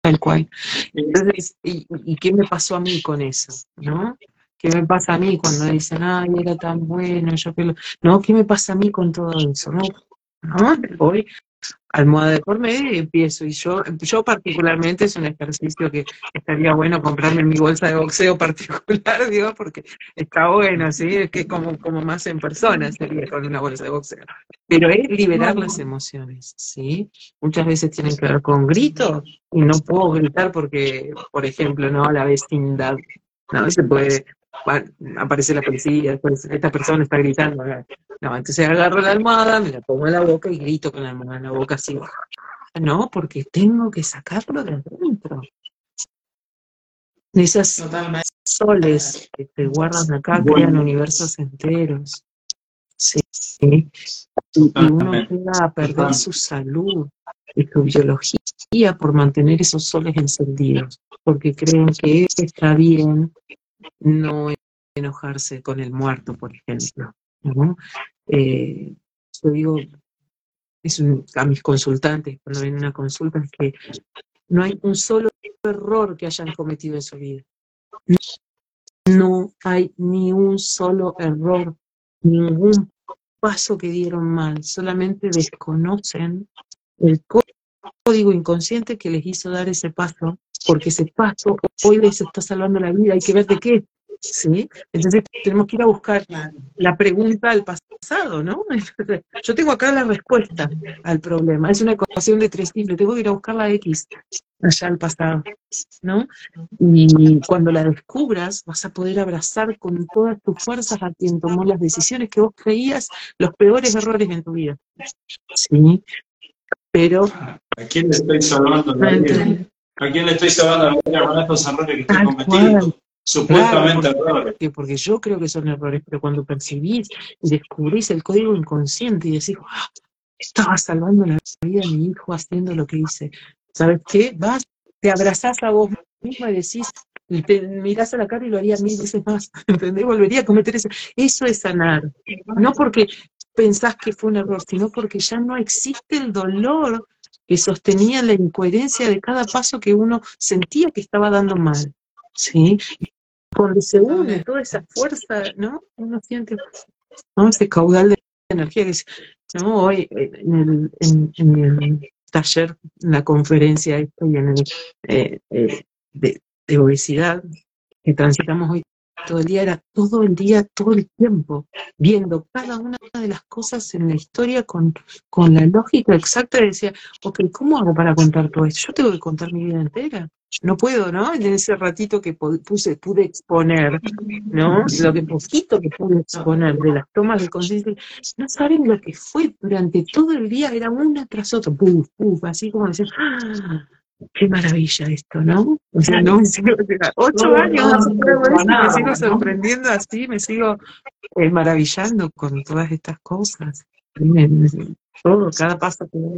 Speaker 3: tal cual. Entonces, ¿y qué me pasó a mí con eso? ¿No? ¿Qué me pasa a mí cuando dicen, ay, era tan bueno, yo que lo... No, ¿qué me pasa a mí con todo eso? ¿No? ¿No? Voy almohada de por medio y empiezo. Y yo particularmente es un ejercicio que estaría bueno comprarme mi bolsa de boxeo particular, digo, porque está bueno, ¿sí? Es que es como más en persona sería con una bolsa de boxeo. Pero es liberar las emociones, ¿sí? Muchas veces tienen que ver con gritos y no puedo gritar porque, por ejemplo, no, la vecindad, no se puede, bueno, aparece la policía, después esta persona está gritando, no, entonces agarro la almohada, me la pongo en la boca y grito con la almohada en la boca así. No, porque tengo que sacarlo de adentro. Esas
Speaker 2: Totalmente.
Speaker 3: soles que se guardan acá
Speaker 1: Bueno,
Speaker 3: crean universos enteros. Sí. Y uno llega a perder su salud y su biología por mantener esos soles encendidos, porque creen que está bien no enojarse con el muerto, por ejemplo, ¿no? Yo digo, a mis consultantes, cuando ven una consulta, es que no hay un solo error que hayan cometido en su vida. No hay ni un solo error, ningún paso que dieron mal, solamente desconocen el código inconsciente que les hizo dar ese paso, porque ese paso hoy les está salvando la vida, hay que ver de qué, ¿sí? Entonces tenemos que ir a buscar la pregunta al pasado, ¿no? Entonces, yo tengo acá la respuesta al problema, es una ecuación de 3 simples, tengo que ir a buscar la X allá al pasado, ¿no? Y cuando la descubras, vas a poder abrazar con todas tus fuerzas a quien tomó las decisiones que vos creías los peores errores en tu vida, ¿sí? Pero
Speaker 1: ¿a quién le estoy salvando la vida? ¿A quién le estoy salvando la vida con estos errores que estoy cometiendo? Supuestamente errores.
Speaker 3: Porque yo creo que son errores, pero cuando percibís y descubrís el código inconsciente y decís, "Ah, estaba salvando la vida de mi hijo haciendo lo que hice", ¿sabes qué? Vas, te abrazás a vos misma y decís, y te mirás a la cara y lo haría 1000 veces más, ¿entendés? Volvería a cometer eso. Eso es sanar. No porque pensás que fue un error, sino porque ya no existe el dolor que sostenía la incoherencia de cada paso que uno sentía que estaba dando mal, ¿sí? Cuando se une toda esa fuerza, ¿no? Uno siente, ¿no? Ese caudal de energía que ¿no? Hoy en el taller, en la conferencia y en el de obesidad que transitamos hoy todo el día, era todo el día, todo el tiempo, viendo cada una de las cosas en la historia con la lógica exacta y decía, ok, ¿cómo hago para contar todo esto? Yo tengo que contar mi vida entera. No puedo, ¿no? En ese ratito que pude exponer, ¿no? Lo que poquito que pude exponer de las tomas de conciencia, no saben lo que fue durante todo el día, era una tras otra, puf, puf, así como decir, ¡ah! Qué maravilla esto, ¿no? O sea, no me sigo, 8 años me sigo sorprendiendo así, me sigo maravillando con todas estas cosas. Todo, cada paso que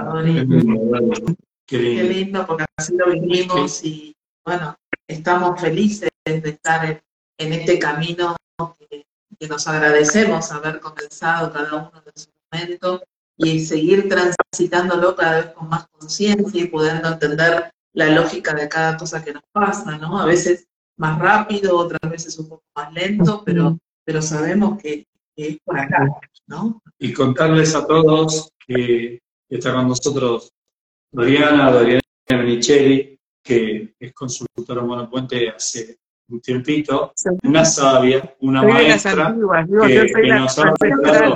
Speaker 2: Qué lindo, porque así lo vivimos y bueno, estamos felices de estar en este camino que nos agradecemos haber comenzado cada uno de sus momentos y seguir transitándolo cada vez con más conciencia y pudiendo entender la lógica de cada cosa que nos pasa, ¿no? A veces más rápido, otras veces un poco más lento, pero sabemos que es por acá, ¿no?
Speaker 1: Y contarles a todos que está con nosotros Doriana Menicheli, que es consultora monopuente hace un tiempito, una sabia, una maestra que nos ha regalado.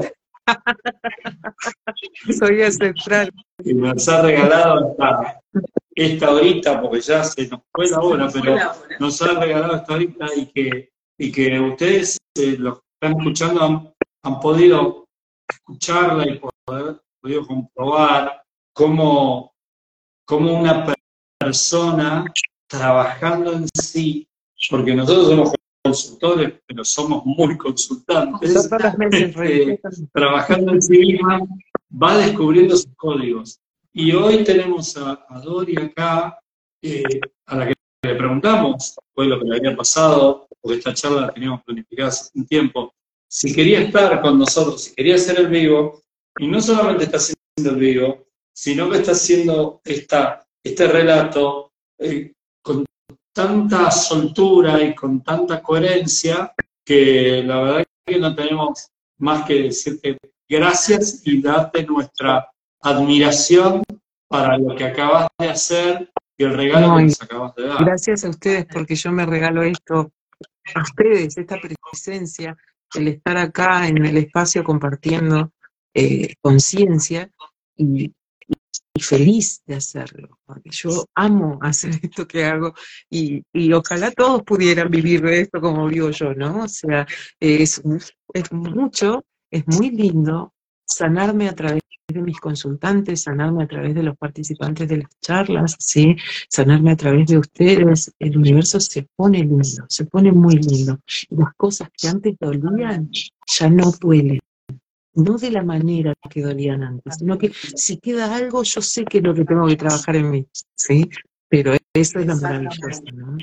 Speaker 3: Soy ancestral.
Speaker 1: Y nos ha regalado esta horita, porque ya se nos fue la hora, pero nos ha regalado esta horita y que ustedes, los que están escuchando, han podido escucharla y podido comprobar cómo una persona trabajando en sí, porque nosotros somos consultores, pero somos muy consultantes, trabajando en sí misma, va descubriendo sus códigos. Y hoy tenemos a Dori acá, a la que le preguntamos, fue lo que le había pasado, porque esta charla la teníamos planificada hace un tiempo, si quería estar con nosotros, si quería hacer el vivo, y no solamente está haciendo el vivo, sino que está haciendo este relato con tanta soltura y con tanta coherencia que la verdad que no tenemos más que decirte gracias y darte nuestra admiración para lo que acabas de hacer y el regalo que nos acabas de dar.
Speaker 3: Gracias a ustedes, porque yo me regalo esto a ustedes, esta presencia, el estar acá en el espacio compartiendo conciencia y feliz de hacerlo, porque yo amo hacer esto que hago y ojalá todos pudieran vivir de esto como vivo yo, ¿no? O sea, es mucho, es muy lindo sanarme a través de mis consultantes, sanarme a través de los participantes de las charlas, ¿sí? Sanarme a través de ustedes. El universo se pone lindo, se pone muy lindo. Y las cosas que antes dolían ya no duelen. No de la manera que dolían antes, sino que si queda algo, yo sé que es lo que tengo que trabajar en mí, ¿sí? Pero eso es lo maravilloso, ¿no?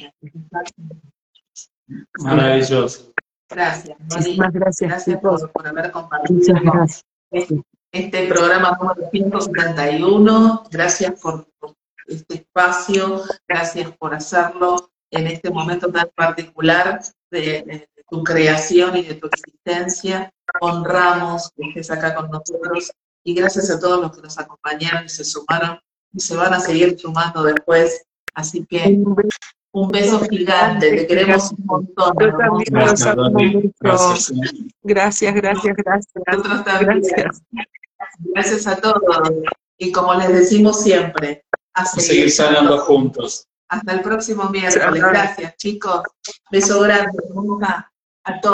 Speaker 1: Maravilloso.
Speaker 2: Gracias,
Speaker 3: Muchísimas gracias, chicos.
Speaker 2: por haber compartido
Speaker 3: Muchas gracias.
Speaker 2: este programa número 171. Gracias por este espacio, gracias por hacerlo en este momento tan particular de tu creación y de tu existencia. Honramos que estés acá con nosotros y gracias a todos los que nos acompañaron y se sumaron y se van a seguir sumando después. Así que un beso gigante, te queremos un montón.
Speaker 3: Yo también los amo mucho.
Speaker 1: Gracias.
Speaker 3: Gracias.
Speaker 2: Nosotros también. Gracias a todos. Y como les decimos siempre, a
Speaker 1: seguir sanando juntos.
Speaker 2: Hasta el próximo miércoles. Gracias, chicos. Beso grande. A todos.